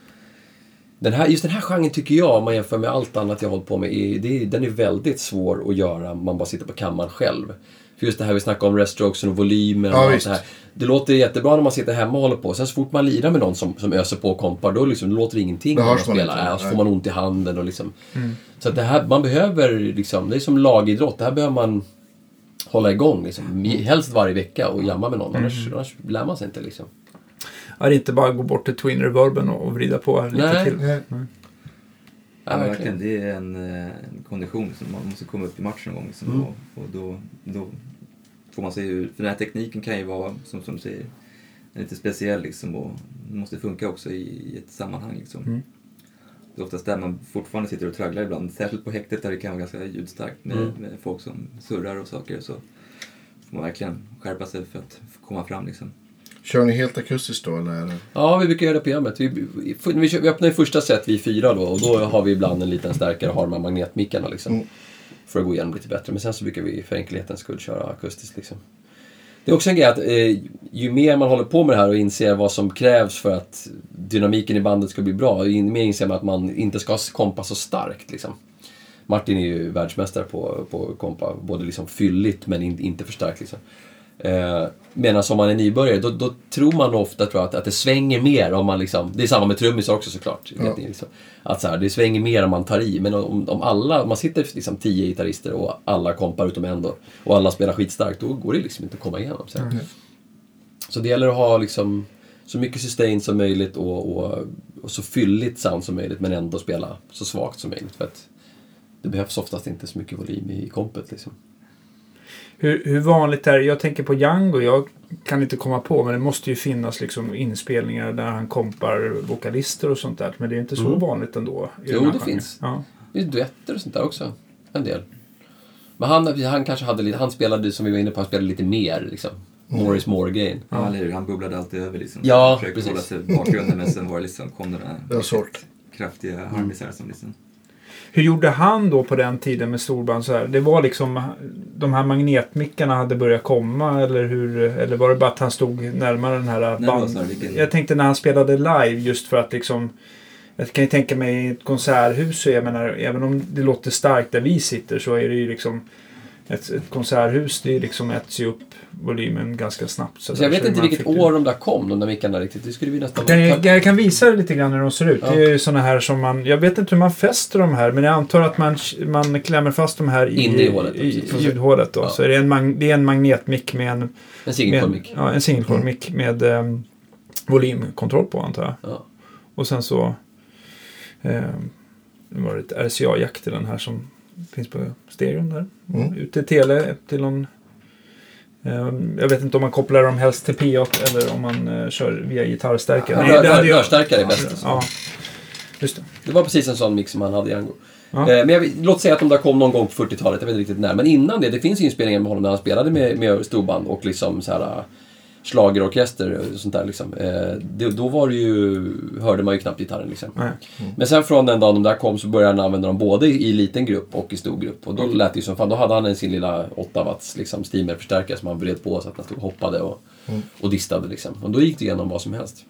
Just den här genren tycker jag, om man jämför med allt annat jag hållit på med, den är väldigt svår att göra om man bara sitter på kammaren själv. För just det här vi snackar om reststrokesen och volymen och allt det här. Det låter jättebra när man sitter hemma och håller på. Sen så fort man lirar med någon som öser på och kompar, då liksom, det låter ingenting när man spelar. Så får man ont i handen och liksom. Så att det här, man behöver liksom, det är som lagidrott. Det här behöver man hålla igång liksom. Helst varje vecka och jamma med någon. Annars lär man sig inte liksom. Ja, det är inte bara att gå bort till Twin Reverben och vrida på lite till. Nej. Ja, verkligen. Det är en kondition som man måste komma upp i matchen någon gång. Liksom, och då får man se hur... För den här tekniken kan ju vara, som du säger, lite speciell liksom, och måste funka också i ett sammanhang. Liksom. Det är oftast där man fortfarande sitter och tragglar ibland. Särskilt på häktet där det kan vara ganska ljudstarkt med folk som surrar och saker. Så får man verkligen skärpa sig för att komma fram liksom. Kör ni helt akustiskt då? Eller? Ja, vi brukar göra det på programmet. Vi öppnar i första set, vi 4 då. Och då har vi ibland en liten stärkare och har de här magnetmickarna liksom. För att gå igenom lite bättre. Men sen så brukar vi för enkelhetens skull köra akustiskt liksom. Det är också en grej att ju mer man håller på med det här och inser vad som krävs för att dynamiken i bandet ska bli bra, ju mer inser man att man inte ska kompa så starkt liksom. Martin är ju världsmästare på kompa, både liksom fylligt men inte för starkt liksom. Medan om man är nybörjare, då tror man ofta att det svänger mer om man liksom, det är samma med trummisar också såklart, vet ni, liksom. Att så här, det svänger mer om man tar i, men om man sitter liksom 10 gitarrister och alla kompar utom en då, och alla spelar skitstarkt, då går det liksom inte att komma igenom så. Så det gäller att ha liksom så mycket sustain som möjligt och så fylligt sound som möjligt, men ändå spela så svagt som möjligt, för att det behövs oftast inte så mycket volym i kompet liksom. Hur vanligt är det? Jag tänker på Django, jag kan inte komma på, men det måste ju finnas liksom inspelningar där han kompar vokalister och sånt där, men det är inte så vanligt ändå. Jo, det finns. Ja. Det är duetter och sånt där också, en del. Men han kanske hade lite, han spelade, som vi var inne på, han spelade lite mer liksom. More is more gain. Ja, eller hur? Han bubblade alltid över liksom. Ja, försökte hålla sig bakgrunden, men sen var det liksom, kom den här kraftiga harmisar som liksom. Hur gjorde han då på den tiden med storband så här? Det var liksom de här magnetmickarna hade börjat komma, eller var det bara att han stod närmare den här band? Jag tänkte när han spelade live, just för att liksom, jag kan ju tänka mig i ett konserthus, så jag menar, även om det låter starkt där vi sitter, så är det ju liksom ett konserthus, det är liksom äts ju upp volymen ganska snabbt. Så jag vet inte vilket år de där kom, de där mickarna riktigt. Det skulle vi nästan... Jag kan visa det lite grann hur de ser ut. Ja. Det är ju såna här som man... Jag vet inte hur man fäster de här, men jag antar att man klämmer fast de här i ljudhålet då. Ja. Så är det är en magnetmick med en singelkormick. Ja, en singelkormick med volymkontroll på, antar jag. Ja. Och sen så var det ett RCA-jack till den här som finns på stereon där. Ut till tele, till någon... jag vet inte om man kopplar dem helst till P8 eller om man kör via gitarrstärkare. Rörstärkare är bäst. Ja, just det. Det var precis en sån mix som han hade i Django. Ja. Men låt säga att de där kom någon gång på 40-talet, jag vet inte riktigt när. Men innan det finns inspelningar med honom när han spelade med storband och liksom så här schlagerorkester och sånt där liksom. Då var det ju, hörde man ju knappt gitarren liksom. Men sen från den dagen de där kom så började han använda dem både i liten grupp och i stor grupp. Och då lät det ju som fan, då hade han sin lilla 8 watts liksom steamer-förstärkare som han vred på så att han stod och hoppade och distade liksom. Och då gick det igenom vad som helst.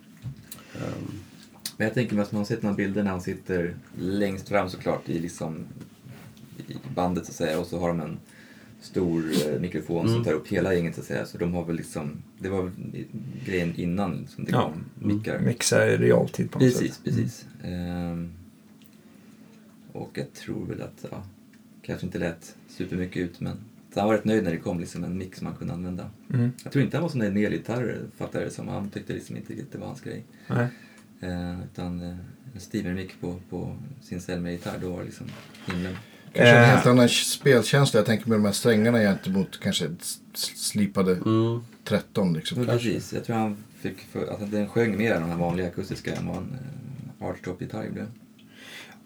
Men jag tänker mig att man har sett några bilder när han sitter längst fram såklart i bandet så att säga, och så har de en stor mikrofon som tar upp hela gänget så att säga. Så de har väl liksom, det var grejen innan som det kom mickar. Mixa i realtid på något sätt. Precis. Och jag tror väl att kanske inte lät supermycket ut, men så han var rätt nöjd när det kom liksom en mix man kunde använda. Jag tror inte han var så nöjd med elgitarrer, fattar det som. Han tyckte liksom inte det var hans grej. Nej. Utan en Steven-mick på sin Selmer-gitarr, då var det liksom himlen. Kanske en helt annan spelkänsla. Jag tänker med de här strängarna gentemot kanske slipade 13 liksom. Precis, jag tror han fick att den sjöng mer än de här vanliga akustiska än vad en archtop-gitarr blev.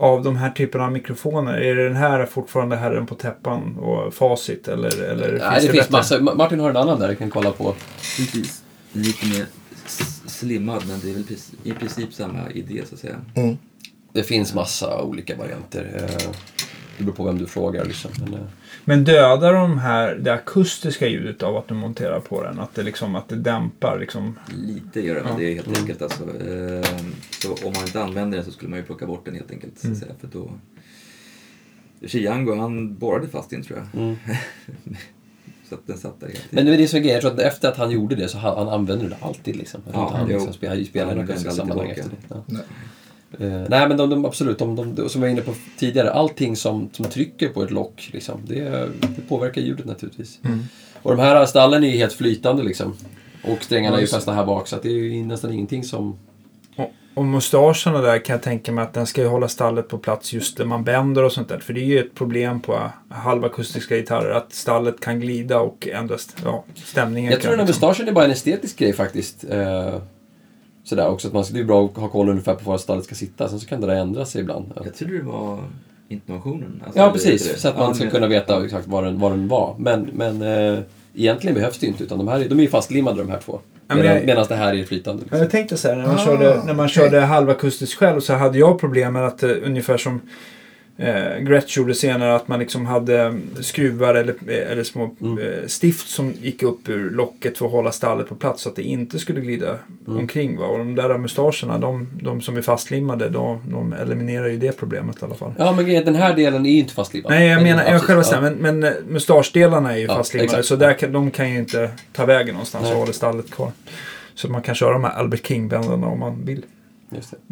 av de här typerna av mikrofoner, är det den här fortfarande herren på täppan och facit? Eller nej, det finns massa. Martin har en annan där du kan kolla på. Precis. Lite mer slimmad, men det är väl i princip samma idé så att säga. Mm. Det finns massa olika varianter. Det beror på vem du frågar liksom. Men dödar de här det akustiska ljudet av att du monterar på den? Att det dämpar liksom? Lite gör det, men det är helt enkelt alltså. Så om man inte använder den så skulle man ju plocka bort den helt enkelt. Så att säga, för då... Chiango, han borrade fast den tror jag. Så att den satt där. Men det är det som är grejen. Jag tror att efter att han gjorde det så han använde det alltid liksom. Han liksom spelade i akustiska sammanhang efter det. Ja. Nej, men de absolut, de som jag var inne på tidigare, allting som trycker på ett lock liksom, det påverkar ljudet naturligtvis. Och de här stallen är ju helt flytande liksom. Och strängarna är ju fästa här bak, så att det är ju nästan ingenting som... Och mustaschen där kan jag tänka mig att den ska ju hålla stallet på plats just där man bänder och sånt där. För det är ju ett problem på halvakustiska gitarrer att stallet kan glida och endast stämningen. Jag tror att mustaschen är bara en estetisk grej faktiskt. Sådär också, att det är bra att ha koll ungefär på var stallet ska sitta. Sen så kan det där ändra sig ibland. Jag tror det var intonationen. Alltså, ja, precis. Så att man ska kunna veta exakt var den var. Men egentligen behövs det inte. Utan de är ju fastlimmade de här två. Medan det här är flytande. Liksom. Jag tänkte så här, när man körde halvakustiskt själv så hade jag problem med att ungefär som Gretsch gjorde senare, att man liksom hade skruvar eller små stift som gick upp ur locket för att hålla stallet på plats så att det inte skulle glida omkring. Va? Och de där mustascherna, de som är fastlimmade, de eliminerar ju det problemet i alla fall. Ja, men den här delen är ju inte fastlimmad. Nej, jag menar själva sen, men mustaschdelarna är ju fastlimmade, exakt. Så de kan ju inte ta vägen någonstans och hålla stallet kvar. Så man kan köra de här Albert King-bändarna om man vill. Just det.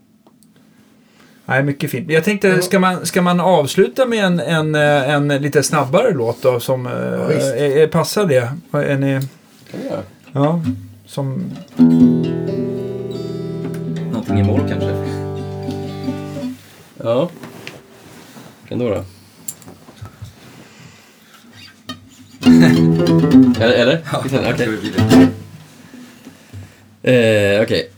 Nej, mycket fint. Jag tänkte, ska man avsluta med en lite snabbare låt då, som passar det? Är ni... Ja, som... Någonting i mål kanske? Ja. Kan då? Eller? Ja, okej.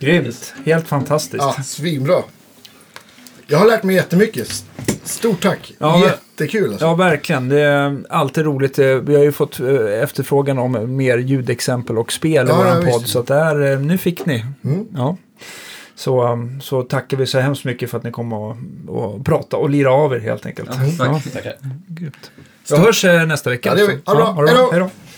Grymt. Helt fantastiskt. Ja, svinbra. Jag har lärt mig jättemycket. Stort tack. Ja, Jättekul. Alltså. Ja, verkligen. Det är alltid roligt. Vi har ju fått efterfrågan om mer ljudexempel och spel i våran podd. Så att nu fick ni. Ja. Så tackar vi så hemskt mycket för att ni kom och prata och lira av er helt enkelt. Ja, tack. Grymt. Vi hörs nästa vecka. Ja, det gör vi. Ha det bra. Hej då.